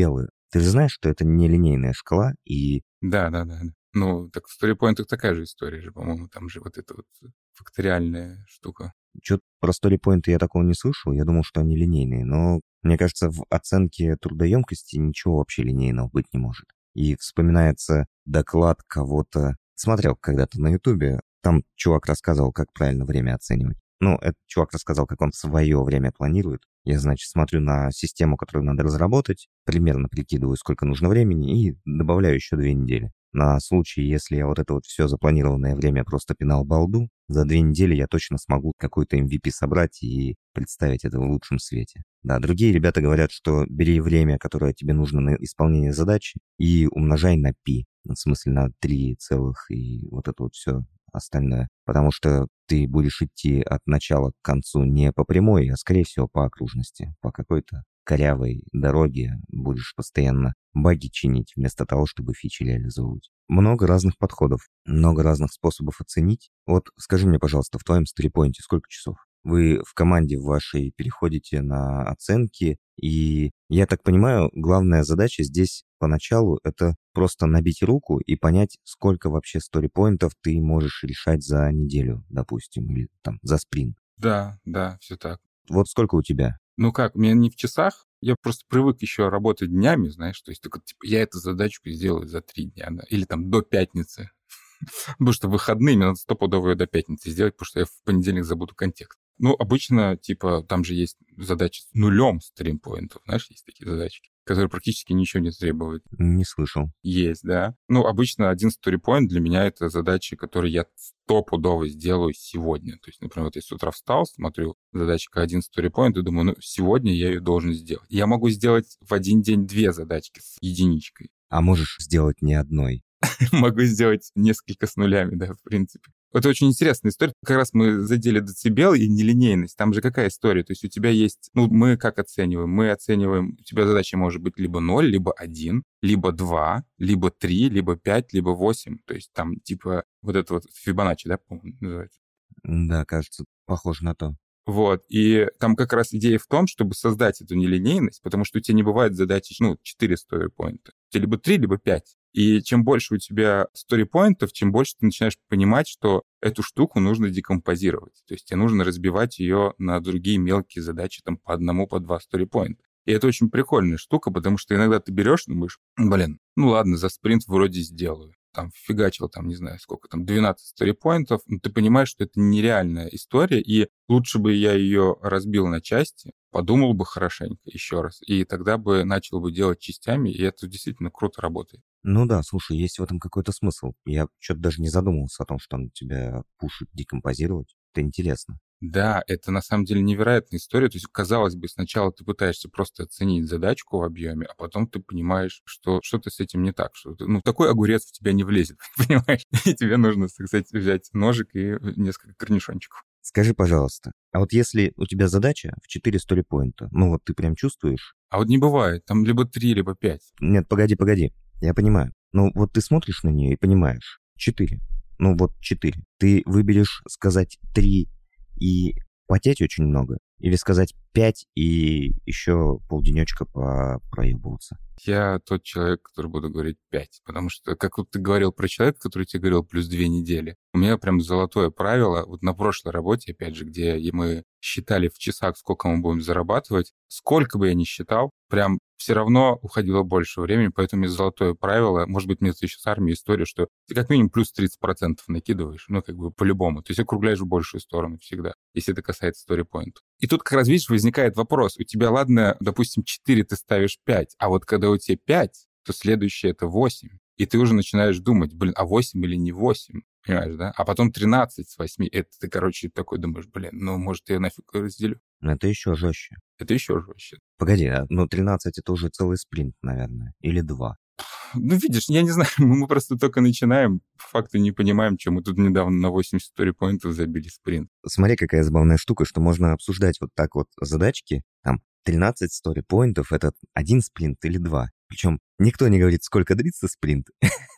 Speaker 1: Ты же знаешь, что это нелинейная шкала, и
Speaker 2: Да, да, да. да. Ну, так в StoryPoint такая же история же, по-моему, там же вот эта вот факториальная штука.
Speaker 1: чё-то про сторипоинты я такого не слышал. Я думал, что они линейные, но мне кажется, в оценке трудоемкости ничего вообще линейного быть не может. И вспоминается доклад кого-то... Смотрел когда-то на Ютубе, там чувак рассказывал, как правильно время оценивать. Ну, этот чувак рассказал, как он свое время планирует. Я, значит, смотрю на систему, которую надо разработать, примерно прикидываю, сколько нужно времени, и добавляю еще две недели. На случай, если я вот это вот все запланированное время просто пинал балду, за две недели я точно смогу какой-то эм ви пи собрать и представить это в лучшем свете. Да, другие ребята говорят, что бери время, которое тебе нужно на исполнение задачи, и умножай на пи, в смысле на три целых и вот это вот все остальное. Потому что ты будешь идти от начала к концу не по прямой, а, скорее всего, по окружности, по какой-то корявой дороге будешь постоянно баги чинить, вместо того, чтобы фичи реализовывать. Много разных подходов, много разных способов оценить. Вот скажи мне, пожалуйста, в твоем сторипоинте сколько часов? Вы в команде вашей переходите на оценки, и, я так понимаю, главная задача здесь поначалу — это просто набить руку и понять, сколько вообще сторипоинтов ты можешь решать за неделю, допустим, или там за спринт.
Speaker 2: Да, да, все так.
Speaker 1: Вот сколько у тебя?
Speaker 2: Ну как, у меня не в часах, я просто привык еще работать днями, знаешь, то есть только типа, я эту задачку сделаю за три дня, да, или там до пятницы. Потому что выходные мне надо стопудово до пятницы сделать, потому что я в понедельник забуду контекст. Ну, обычно, типа, там же есть задачи с нулем стримпоинтов, знаешь, есть такие задачки, которые практически ничего не требуют.
Speaker 1: Не слышал.
Speaker 2: Есть, да. Ну, обычно один сторипоинт для меня это задачи, которые я стопудово сделаю сегодня. То есть, например, вот я с утра встал, смотрю задачка один сторипоинт и думаю, ну, сегодня я ее должен сделать. Я могу сделать в один день две задачки с единичкой.
Speaker 1: А можешь сделать не одной.
Speaker 2: Могу сделать несколько с нулями, да, в принципе. Это очень интересная история. Как раз мы задели децибел и нелинейность. Там же какая история? То есть у тебя есть... Ну, мы как оцениваем? Мы оцениваем... У тебя задача может быть либо ноль, либо один, либо два, либо три, либо пять, либо восемь. То есть там типа вот это вот Фибоначчи, да, по-моему, называется?
Speaker 1: Да, кажется, похоже на то.
Speaker 2: Вот, и там как раз идея в том, чтобы создать эту нелинейность, потому что у тебя не бывает задачи, ну, четыре сторипоинта. У тебя либо три, либо пять. И чем больше у тебя сторипоинтов, чем больше ты начинаешь понимать, что эту штуку нужно декомпозировать. То есть тебе нужно разбивать ее на другие мелкие задачи, там, по одному, по два сторипоинта. И это очень прикольная штука, потому что иногда ты берешь, думаешь, блин, ну ладно, за спринт вроде сделаю. Там фигачил, там, не знаю, сколько там, двенадцать сторипоинтов, но ты понимаешь, что это нереальная история, и лучше бы я ее разбил на части, подумал бы хорошенько еще раз, и тогда бы начал бы делать частями, и это действительно круто работает.
Speaker 1: Ну да, слушай, есть в этом какой-то смысл. Я что-то даже не задумывался о том, что он тебя пушит декомпозировать. Это интересно.
Speaker 2: Да, это на самом деле невероятная история. То есть, казалось бы, сначала ты пытаешься просто оценить задачку в объеме, а потом ты понимаешь, что что-то с этим не так. Что ты, ну, такой огурец в тебя не влезет, понимаешь? И тебе нужно, кстати, взять ножик и несколько корнишончиков.
Speaker 1: Скажи, пожалуйста, а вот если у тебя задача в четыре сторипоинта, ну вот ты прям чувствуешь...
Speaker 2: А вот не бывает. Там либо три, либо пять.
Speaker 1: Нет, погоди, погоди. Я понимаю. Ну вот ты смотришь на нее и понимаешь. четыре. Ну вот четыре. Ты выберешь сказать три и потеть очень много? Или сказать пять и еще полденечка проебываться?
Speaker 2: Я тот человек, который буду говорить пять, потому что, как вот ты говорил про человека, который тебе говорил плюс две недели, у меня прям золотое правило, вот на прошлой работе, опять же, где мы считали в часах, сколько мы будем зарабатывать, сколько бы я ни считал, прям все равно уходило больше времени, поэтому есть золотое правило, может быть, вместо еще с армией история, что ты как минимум плюс тридцать процентов накидываешь, ну, как бы по-любому, то есть округляешь в большую сторону всегда, если это касается сторипоинта. И тут как раз, видишь, возникает вопрос, у тебя, ладно, допустим, четыре ты ставишь пять, а вот когда у тебя пять, то следующее это восемь. И ты уже начинаешь думать, блин, а восемь или не восемь, понимаешь, да? А потом тринадцать с восьми, это ты, короче, такой думаешь, блин, ну, может, я нафиг разделю.
Speaker 1: Но это еще жестче.
Speaker 2: Это еще жестче.
Speaker 1: Погоди, а, ну тринадцать это уже целый спринт, наверное, или два.
Speaker 2: Ну, видишь, я не знаю, мы просто только начинаем, по факту не понимаем, чем мы тут недавно на восемьдесят сторипоинтов забили спринт.
Speaker 1: Смотри, какая забавная штука, что можно обсуждать вот так вот задачки, там, тринадцать сторипоинтов, это один спринт или два. Причем никто не говорит, сколько длится спринт,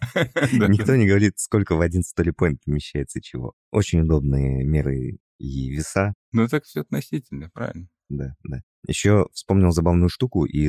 Speaker 1: никто не говорит, сколько в один сторипоинт помещается чего. Очень удобные меры и веса.
Speaker 2: Ну, так все относительно, правильно?
Speaker 1: Да, да. Еще вспомнил забавную штуку из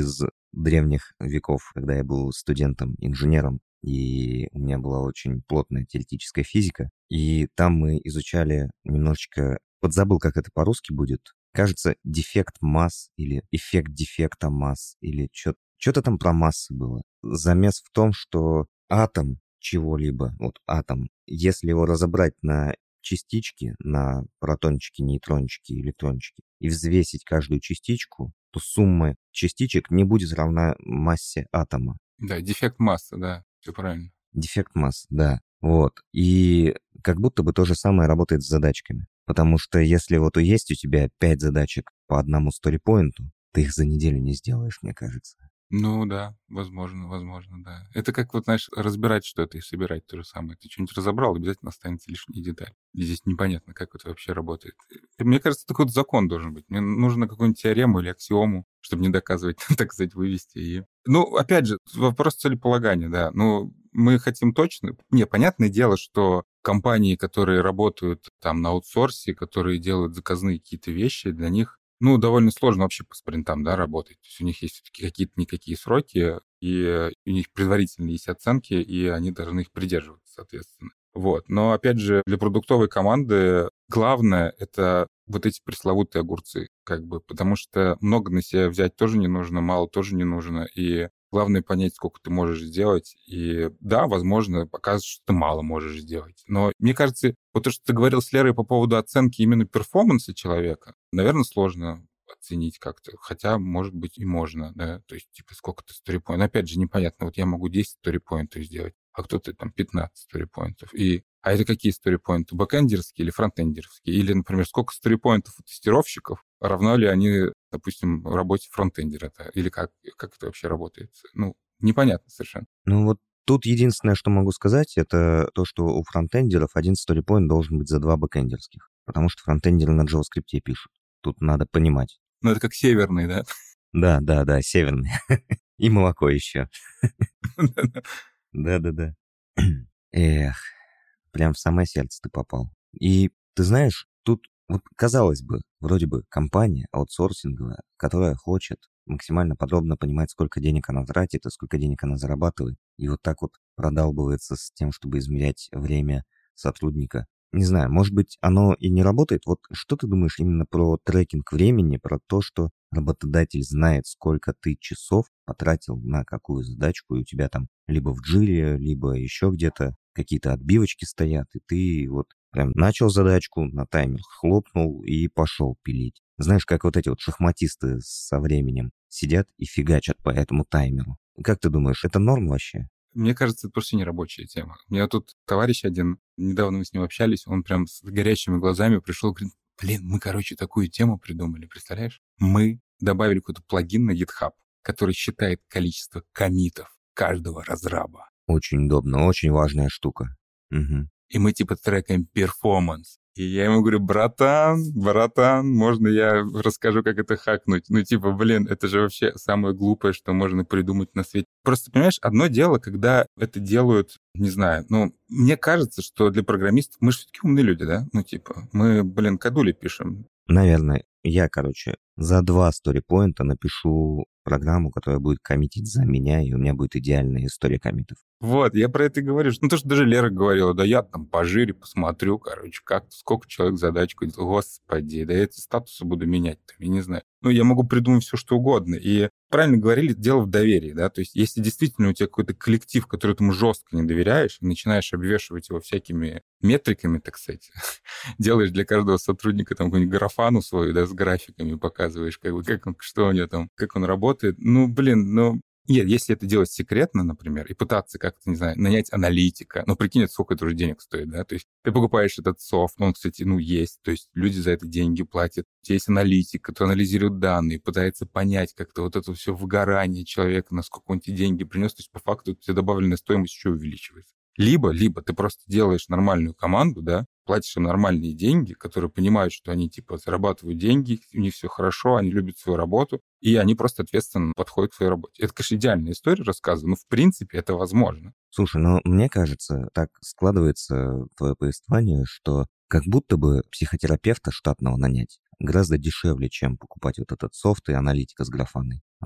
Speaker 1: древних веков, когда я был студентом-инженером, и у меня была очень плотная теоретическая физика, и там мы изучали немножечко, подзабыл, как это по-русски будет, кажется, дефект масс или эффект дефекта масс, или что-то там про массы было. Замес в том, что атом чего-либо, вот атом, если его разобрать на частички, на протончики, нейтрончики, электрончики, и взвесить каждую частичку, то сумма частичек не будет равна массе атома.
Speaker 2: Да, дефект массы, да, все правильно.
Speaker 1: Дефект массы, да. Вот. И как будто бы то же самое работает с задачками. Потому что если вот есть у тебя пять задачек по одному сторипоинту, ты их за неделю не сделаешь, мне кажется.
Speaker 2: Ну да, возможно, возможно, да. Это как вот, знаешь, разбирать что-то и собирать то же самое. Ты что-нибудь разобрал, обязательно останется лишняя деталь. И здесь непонятно, как это вообще работает. И мне кажется, это какой-то закон должен быть. Мне нужно какую-нибудь теорему или аксиому, чтобы не доказывать, так сказать, вывести. И... Ну, опять же, вопрос целеполагания, да. Ну, мы хотим точно... Не, понятное дело, что компании, которые работают там на аутсорсе, которые делают заказные какие-то вещи, для них ну, довольно сложно вообще по спринтам, да, работать. То есть у них есть все-таки какие-то никакие сроки, и у них предварительно есть оценки, и они должны их придерживаться, соответственно. Вот. Но, опять же, для продуктовой команды главное — это вот эти пресловутые огурцы, как бы, потому что много на себя взять тоже не нужно, мало тоже не нужно, и главное понять, сколько ты можешь сделать. И да, возможно, показывает, что ты мало можешь сделать. Но мне кажется, вот то, что ты говорил с Лерой по поводу оценки именно перформанса человека, наверное, сложно оценить как-то. Хотя, может быть, и можно, да. То есть, типа, сколько ты сторипоинтов. Опять же, непонятно. Вот я могу десять сторипоинтов сделать, а кто-то там пятнадцать сторипоинтов. И... А это какие сторипоинты? Бэкэндерские или фронтендерские? Или, например, сколько сторипоинтов у тестировщиков? Равно ли они, допустим, работе фронтендера? Или как, как это вообще работает? Ну, непонятно совершенно.
Speaker 1: Ну вот тут единственное, что могу сказать, это то, что у фронтендеров один сторипоинт должен быть за два бэкэндерских. Потому что фронтендеры на JavaScript пишут. Тут надо понимать.
Speaker 2: Ну, это как северный, да?
Speaker 1: Да, да, да, северный. И молоко еще. Да-да-да. Эх, прям в самое сердце ты попал. И ты знаешь, тут, вот казалось бы, вроде бы компания аутсорсинговая, которая хочет максимально подробно понимать, сколько денег она тратит и сколько денег она зарабатывает, и вот так вот продалбывается с тем, чтобы измерять время сотрудника. Не знаю, может быть, оно и не работает. Вот что ты думаешь именно про трекинг времени, про то, что работодатель знает, сколько ты часов потратил на какую задачку, и у тебя там либо в джире, либо еще где-то какие-то отбивочки стоят, и ты вот прям начал задачку, на таймер хлопнул и пошел пилить. Знаешь, как вот эти вот шахматисты со временем сидят и фигачат по этому таймеру. Как ты думаешь, это норм вообще?
Speaker 2: Мне кажется, это просто не рабочая тема. У меня тут товарищ один, недавно мы с ним общались, он прям с горящими глазами пришел, говорит, блин, мы, короче, такую тему придумали, представляешь? Мы добавили какой-то плагин на GitHub, который считает количество коммитов каждого разраба.
Speaker 1: Очень удобно, очень важная штука. Угу.
Speaker 2: И мы типа трекаем перформанс. И я ему говорю, братан, братан, можно я расскажу, как это хакнуть? Ну, типа, блин, это же вообще самое глупое, что можно придумать на свете. Просто, понимаешь, одно дело, когда это делают, не знаю, ну, мне кажется, что для программистов мы же все-таки умные люди, да? Ну, типа, мы, блин, кодули пишем.
Speaker 1: Наверное, я, короче, за два сторипоинта напишу программу, которая будет коммитить за меня, и у меня будет идеальная история коммитов.
Speaker 2: Вот, я про это и говорю. Ну, то, что даже Лера говорила, да я там пожире посмотрю, короче, как, сколько человек задачку. Господи, да я эти статусы буду менять, там, я не знаю. Ну, я могу придумать все, что угодно. И правильно говорили, дело в доверии, да, то есть если действительно у тебя какой-то коллектив, который ты ему жестко не доверяешь, и начинаешь обвешивать его всякими метриками, так сказать, делаешь для каждого сотрудника там какую-нибудь графану свою, да, с графиками показываешь, как бы, как он, что у него там, как он работает. Ну, блин, ну, нет, если это делать секретно, например, и пытаться как-то, не знаю, нанять аналитика, ну, прикинь, это сколько это уже денег стоит, да, то есть ты покупаешь этот софт, он, кстати, ну, есть, то есть люди за это деньги платят, у тебя есть аналитик, который анализирует данные, пытается понять как-то вот это все выгорание человека, насколько он тебе деньги принес, то есть по факту у тебя добавленная стоимость еще увеличивается. Либо, либо ты просто делаешь нормальную команду, да, платишь им нормальные деньги, которые понимают, что они, типа, зарабатывают деньги, у них все хорошо, они любят свою работу, и они просто ответственно подходят к своей работе. Это, конечно, идеальная история рассказываю, но, в принципе, это возможно.
Speaker 1: Слушай, ну, мне кажется, так складывается твое повествование, что как будто бы психотерапевта штатного нанять гораздо дешевле, чем покупать вот этот софт и аналитика с графаной. Вот.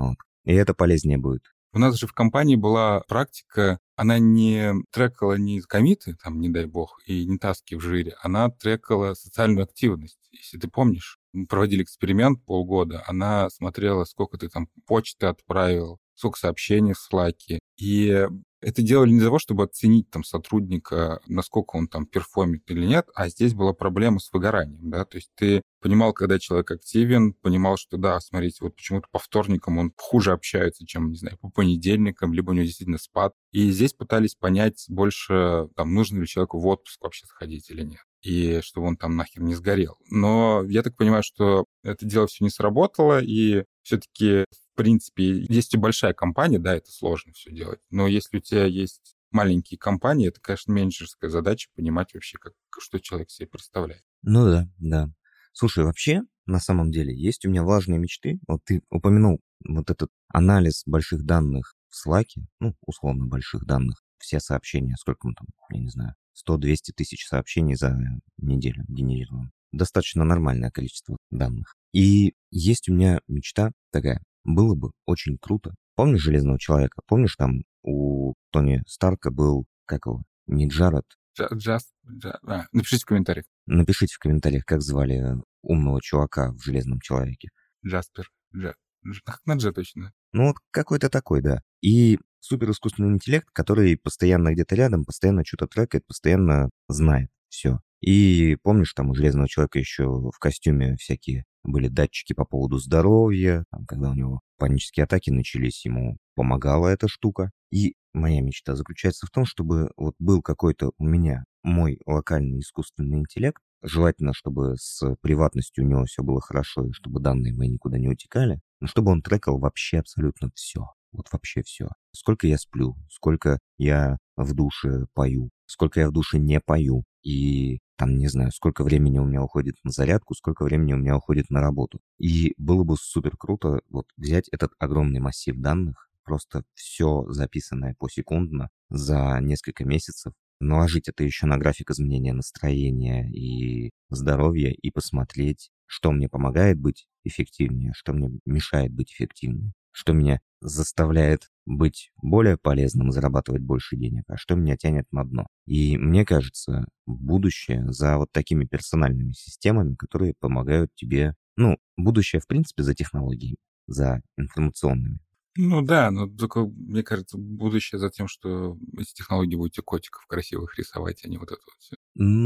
Speaker 1: И это полезнее будет.
Speaker 2: У нас же в компании была практика, она не трекала не коммиты, там, не дай бог, и не таски в жире, она трекала социальную активность. Если ты помнишь, мы проводили эксперимент полгода, она смотрела, сколько ты там почты отправил, сколько сообщений в Slack. И это делали не для того, чтобы оценить там сотрудника, насколько он там перформит или нет, а здесь была проблема с выгоранием, да, то есть ты понимал, когда человек активен, понимал, что да, смотрите, вот почему-то по вторникам он хуже общается, чем, не знаю, по понедельникам, либо у него действительно спад. И здесь пытались понять больше, там, нужно ли человеку в отпуск вообще сходить или нет, и чтобы он там нахер не сгорел. Но я так понимаю, что это дело все не сработало, и все-таки в принципе, если большая компания, да, это сложно все делать. Но если у тебя есть маленькие компании, это, конечно, менеджерская задача понимать вообще, как, что человек себе представляет.
Speaker 1: Ну да, да. Слушай, вообще, на самом деле, есть у меня влажные мечты. Вот ты упомянул вот этот анализ больших данных в Slack, ну, условно, больших данных, все сообщения, сколько мы там, я не знаю, сто-двести тысяч сообщений за неделю генерируем. Достаточно нормальное количество данных. И есть у меня мечта такая. Было бы очень круто. Помнишь «Железного человека»? Помнишь, там у Тони Старка был, как его, не Джаред?
Speaker 2: Just, just, а, напишите в комментариях.
Speaker 1: Напишите в комментариях, как звали умного чувака в «Железном человеке».
Speaker 2: Джаспер. Джа... Как на Дж точно?
Speaker 1: Ну, вот какой-то такой, да. И суперискусственный интеллект, который постоянно где-то рядом, постоянно что-то трекает, постоянно знает все. И помнишь, там у «Железного человека» еще в костюме всякие были датчики по поводу здоровья, там, когда у него панические атаки начались, ему помогала эта штука. И моя мечта заключается в том, чтобы вот был какой-то у меня мой локальный искусственный интеллект, желательно, чтобы с приватностью у него все было хорошо, и чтобы данные мои никуда не утекали, но чтобы он трекал вообще абсолютно все. Вот вообще все. Сколько я сплю, сколько я в душе пою, сколько я в душе не пою. И там, не знаю, сколько времени у меня уходит на зарядку, сколько времени у меня уходит на работу. И было бы супер круто вот взять этот огромный массив данных, просто все записанное посекундно за несколько месяцев, наложить это еще на график изменения настроения и здоровья и посмотреть, что мне помогает быть эффективнее, что мне мешает быть эффективнее, что меня заставляет быть более полезным, зарабатывать больше денег, а что меня тянет на дно. И мне кажется, будущее за вот такими персональными системами, которые помогают тебе, ну, будущее, в принципе, за технологиями, за информационными.
Speaker 2: Ну да, но только, мне кажется, будущее за тем, что эти технологии будете котиков красивых рисовать, а не вот это вот все.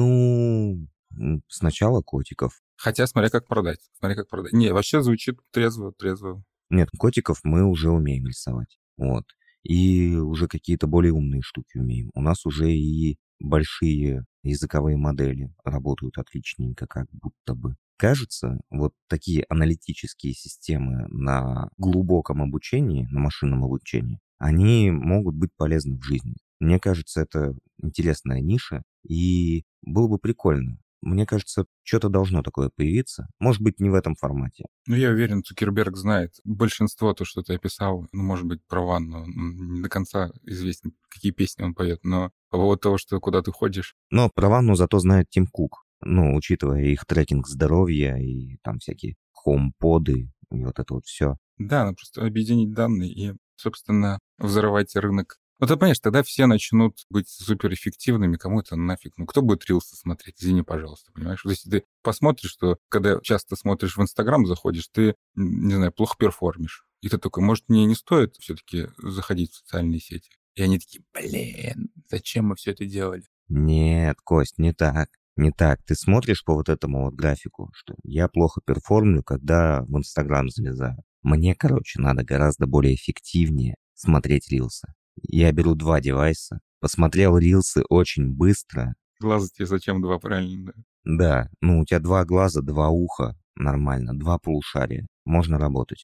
Speaker 1: Ну, сначала котиков.
Speaker 2: Хотя, смотря как продать. Смотря как продать. Не, вообще звучит трезво, трезво.
Speaker 1: Нет, котиков мы уже умеем рисовать. Вот. И уже какие-то более умные штуки умеем. У нас уже и большие языковые модели работают отличненько, как будто бы. Кажется, вот такие аналитические системы на глубоком обучении, на машинном обучении, они могут быть полезны в жизни. Мне кажется, это интересная ниша, и было бы прикольно. Мне кажется, что-то должно такое появиться. Может быть, не в этом формате.
Speaker 2: Ну, я уверен, Цукерберг знает. Большинство, то, что ты описал, ну, может быть, про ванну. Не до конца известно, какие песни он поет, но по поводу того, что куда ты ходишь.
Speaker 1: Но про ванну зато знает Тим Кук. Ну, учитывая их трекинг здоровья и там всякие хоум-поды и вот это вот все.
Speaker 2: Да, надо просто объединить данные и, собственно, взорвать рынок. Ну, ты понимаешь, тогда все начнут быть суперэффективными, кому это нафиг. Ну, кто будет рилсы смотреть? Извини, пожалуйста, понимаешь? Вот если ты посмотришь, что когда часто смотришь в Инстаграм, заходишь, ты, не знаю, плохо перформишь. И ты такой, может, мне не стоит все-таки заходить в социальные сети? И они такие, блин, зачем мы все это делали?
Speaker 1: Нет, Кость, не так. Не так. Ты смотришь по вот этому вот графику, что я плохо перформлю, когда в Инстаграм залезаю. Мне, короче, надо гораздо более эффективнее смотреть рилсы. Я беру два девайса, посмотрел рилсы очень быстро.
Speaker 2: Глаза тебе зачем два, правильно? Да,
Speaker 1: да, ну у тебя два глаза, два уха, нормально, два полушария. Можно работать.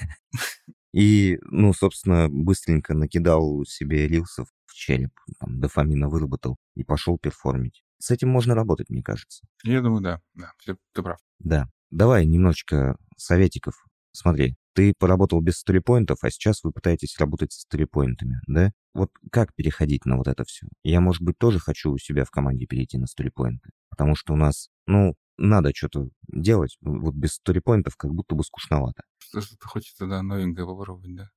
Speaker 1: И, ну, собственно, быстренько накидал себе рилсов в череп, там, дофамина выработал и пошел перформить. С этим можно работать, мне кажется.
Speaker 2: Я думаю, да, да, все, ты прав.
Speaker 1: Да. Давай немножечко советиков. Смотри, ты поработал без сторипоинтов, а сейчас вы пытаетесь работать со сторипоинтами, да? Вот как переходить на вот это все? Я, может быть, тоже хочу у себя в команде перейти на сторипоинты, потому что у нас, ну, надо что-то делать. Вот без сторипоинтов как будто бы скучновато.
Speaker 2: Что- Что-то хочется, да, новенькое попробовать, да.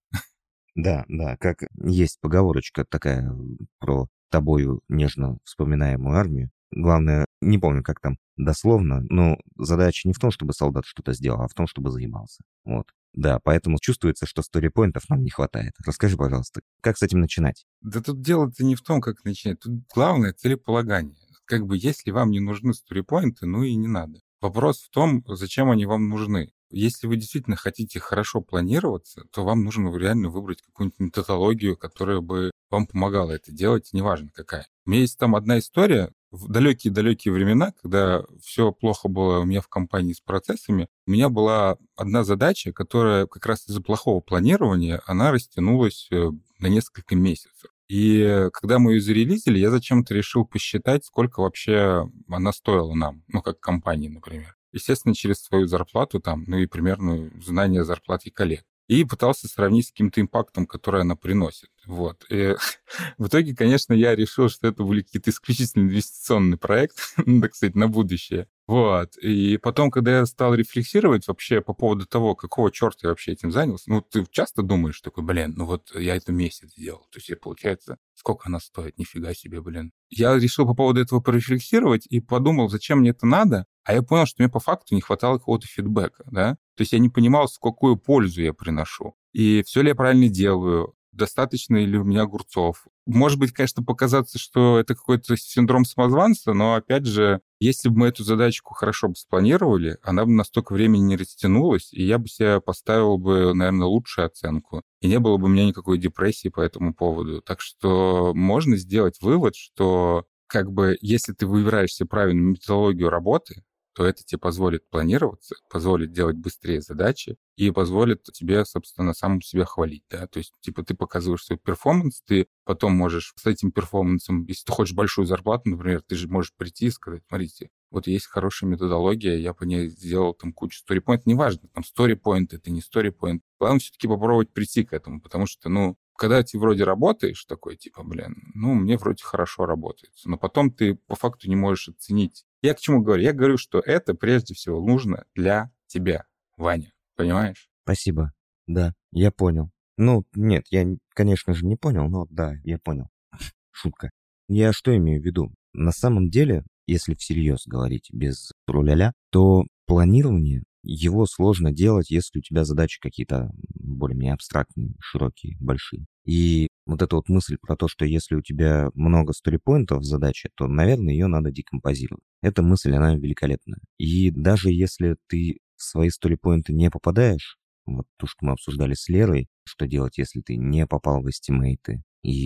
Speaker 1: Да, да, как есть поговорочка такая про тобою нежно вспоминаемую армию. Главное, не помню, как там дословно, но задача не в том, чтобы солдат что-то сделал, а в том, чтобы заебался. Вот. Да, поэтому чувствуется, что сторипоинтов нам не хватает. Расскажи, пожалуйста, как с этим начинать?
Speaker 2: Да тут дело-то не в том, как начинать. Тут главное целеполагание. Как бы если вам не нужны сторипоинты, ну и не надо. Вопрос в том, зачем они вам нужны. Если вы действительно хотите хорошо планироваться, то вам нужно реально выбрать какую-нибудь методологию, которая бы вам помогала это делать, неважно какая. У меня есть там одна история. В далекие-далекие времена, когда все плохо было у меня в компании с процессами, у меня была одна задача, которая как раз из-за плохого планирования, она растянулась э, на несколько месяцев. И когда мы ее зарелизили, я зачем-то решил посчитать, сколько вообще она стоила нам, ну, как компании, например. Естественно, через свою зарплату там, ну и примерно знание зарплаты коллег. И пытался сравнить с каким-то импактом, который она приносит. Вот. И в итоге, конечно, я решил, что это были какие-то исключительно инвестиционный проект, ну, так сказать, на будущее. Вот. И потом, когда я стал рефлексировать вообще по поводу того, какого черта я вообще этим занялся, ну, ты часто думаешь такой, блин, ну вот я это месяц делал. То есть, я, получается, сколько она стоит? Нифига себе, блин. Я решил по поводу этого порефлексировать и подумал, зачем мне это надо, а я понял, что мне по факту не хватало какого-то фидбэка, да? То есть я не понимал, с какую пользу я приношу. И все ли я правильно делаю, достаточно ли у меня огурцов. Может быть, конечно, показаться, что это какой-то синдром самозванца, но, опять же, если бы мы эту задачку хорошо бы спланировали, она бы на столько времени не растянулась, и я бы себе поставил бы, наверное, лучшую оценку. И не было бы у меня никакой депрессии по этому поводу. Так что можно сделать вывод, что как бы если ты выбираешь себе правильную методологию работы, то это тебе позволит планироваться, позволит делать быстрее задачи и позволит тебе, собственно, самому себя хвалить, да, то есть, типа, ты показываешь свой перформанс, ты потом можешь с этим перформансом, если ты хочешь большую зарплату, например, ты же можешь прийти и сказать, смотрите, вот есть хорошая методология, я по ней сделал там кучу сторипоинтов, неважно, там, сторипоинт это не сторипоинт, главное все-таки попробовать прийти к этому, потому что, ну, когда ты вроде работаешь такой, типа, блин, ну, мне вроде хорошо работает, но потом ты по факту не можешь оценить. Я к чему говорю? Я говорю, что это прежде всего нужно для тебя, Ваня, понимаешь?
Speaker 1: Спасибо. Да, я понял. Ну, нет, я, конечно же, не понял, но да, я понял. Шутка. Я что имею в виду? На самом деле, если всерьез говорить без руля-ля, то планирование, его сложно делать, если у тебя задачи какие-то более-менее абстрактные, широкие, большие. И вот эта вот мысль про то, что если у тебя много сторипоинтов в задаче, то, наверное, ее надо декомпозировать. Эта мысль, она великолепная. И даже если ты в свои сторипоинты не попадаешь, вот то, что мы обсуждали с Лерой, что делать, если ты не попал в эстимейты,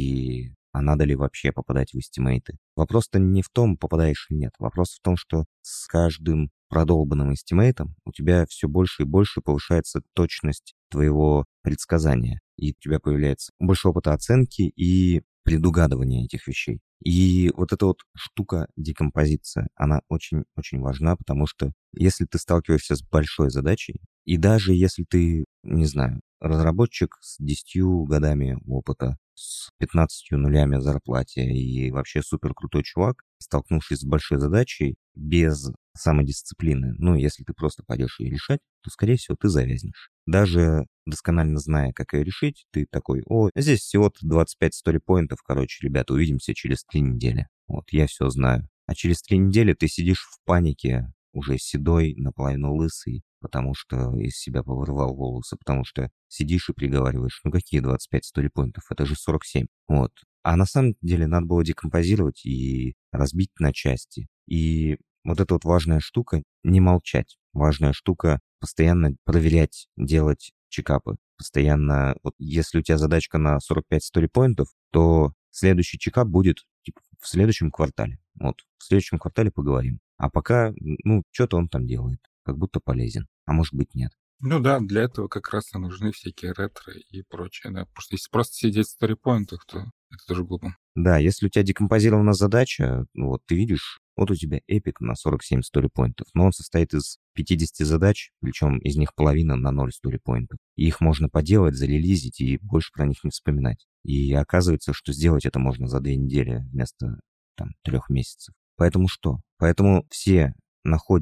Speaker 1: и а надо ли вообще попадать в эстимейты. Вопрос-то не в том, попадаешь или нет. Вопрос в том, что с каждым продолбанным эстимейтом у тебя все больше и больше повышается точность твоего предсказания. И у тебя появляется больше опыта оценки и предугадывания этих вещей. И вот эта вот штука декомпозиция, она очень-очень важна, потому что если ты сталкиваешься с большой задачей, и даже если ты, не знаю, разработчик с десятью годами опыта, с пятнадцатью нулями в зарплате и вообще супер крутой чувак, столкнувшись с большой задачей без самодисциплины, ну, если ты просто пойдешь ее решать, то, скорее всего, ты завязнешь. Даже досконально зная, как ее решить, ты такой, о, здесь всего-то двадцать пять сторипоинтов, короче, ребята, увидимся через три недели. Вот, я все знаю. А через три недели ты сидишь в панике, уже седой, наполовину лысый, потому что из себя повырывал волосы, потому что сидишь и приговариваешь, ну какие двадцать пять сторипоинтов, это же сорок семь. Вот. А на самом деле надо было декомпозировать и разбить на части. И вот эта вот важная штука — не молчать. Важная штука — постоянно проверять, делать чекапы. Постоянно, вот если у тебя задачка на сорок пять сторипоинтов, то следующий чекап будет типа, в следующем квартале. Вот, в следующем квартале поговорим. А пока, ну, что-то он там делает, как будто полезен. А может быть, нет.
Speaker 2: Ну да, для этого как раз и нужны всякие ретро и прочее, да. Потому что если просто сидеть в сторипоинтах, то это тоже глупо.
Speaker 1: Да, если у тебя декомпозирована задача, ну вот ты видишь, вот у тебя эпик на сорок семь сторипоинтов, но он состоит из пятидесяти задач, причем из них половина на ноль сторипоинтов. И их можно поделать, зарелизить и больше про них не вспоминать. И оказывается, что сделать это можно за две недели вместо там трех месяцев. Поэтому что? Поэтому все находим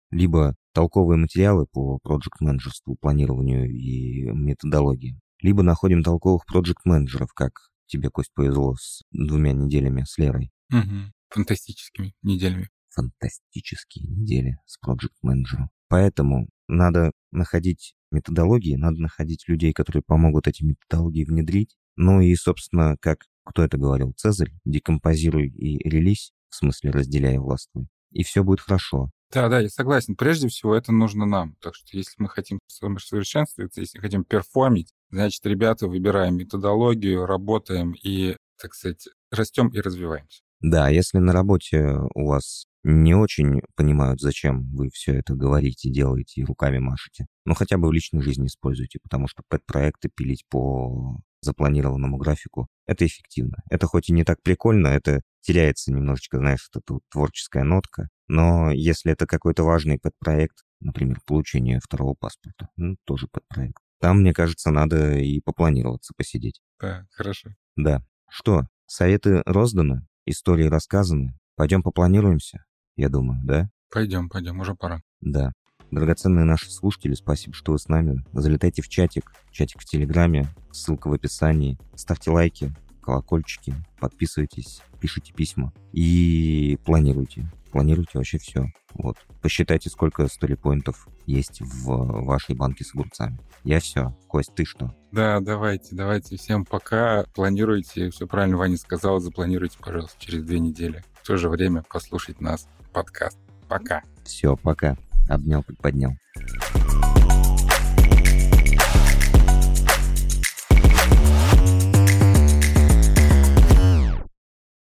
Speaker 1: либо толковые материалы по проект-менеджерству, планированию и методологии, либо находим толковых проект-менеджеров, как тебе, Кость, повезло с двумя неделями с Лерой.
Speaker 2: Угу. Фантастическими неделями.
Speaker 1: Фантастические недели с проект-менеджером. Поэтому надо находить методологии, надо находить людей, которые помогут эти методологии внедрить. Ну и, собственно, как кто это говорил, Цезарь, декомпозируй и релиз, в смысле разделяй и властвуй, и все будет хорошо.
Speaker 2: Да, да, я согласен. Прежде всего, это нужно нам. Так что, если мы хотим совершенствоваться, если хотим перформить, значит, ребята, выбираем методологию, работаем и, так сказать, растем и развиваемся.
Speaker 1: Да, если на работе у вас не очень понимают, зачем вы все это говорите, делаете и руками машете, но хотя бы в личной жизни используйте, потому что пэт-проекты пилить по запланированному графику — это эффективно. Это хоть и не так прикольно, это теряется немножечко, знаешь, вот эта вот творческая нотка, но если это какой-то важный пэт-проект, например, получение второго паспорта, ну, тоже пэт-проект, там, мне кажется, надо и попланироваться, посидеть.
Speaker 2: Да, хорошо.
Speaker 1: Да. Что, советы розданы, истории рассказаны, пойдем попланируемся, я думаю, да?
Speaker 2: Пойдем, пойдем, уже пора.
Speaker 1: Да. Драгоценные наши слушатели, спасибо, что вы с нами. Залетайте в чатик, чатик в Телеграме, ссылка в описании. Ставьте лайки, колокольчики, подписывайтесь, пишите письма и планируйте. Планируйте вообще все. Вот. Посчитайте, сколько сторипоинтов есть в вашей банке с огурцами. Я все. Кость, ты что?
Speaker 2: Да, давайте, давайте. Всем пока. Планируйте. Все правильно Ваня сказал. Запланируйте, пожалуйста, через две недели. В то же время послушать нас подкаст. Пока.
Speaker 1: Все, пока. Обнял, поднял.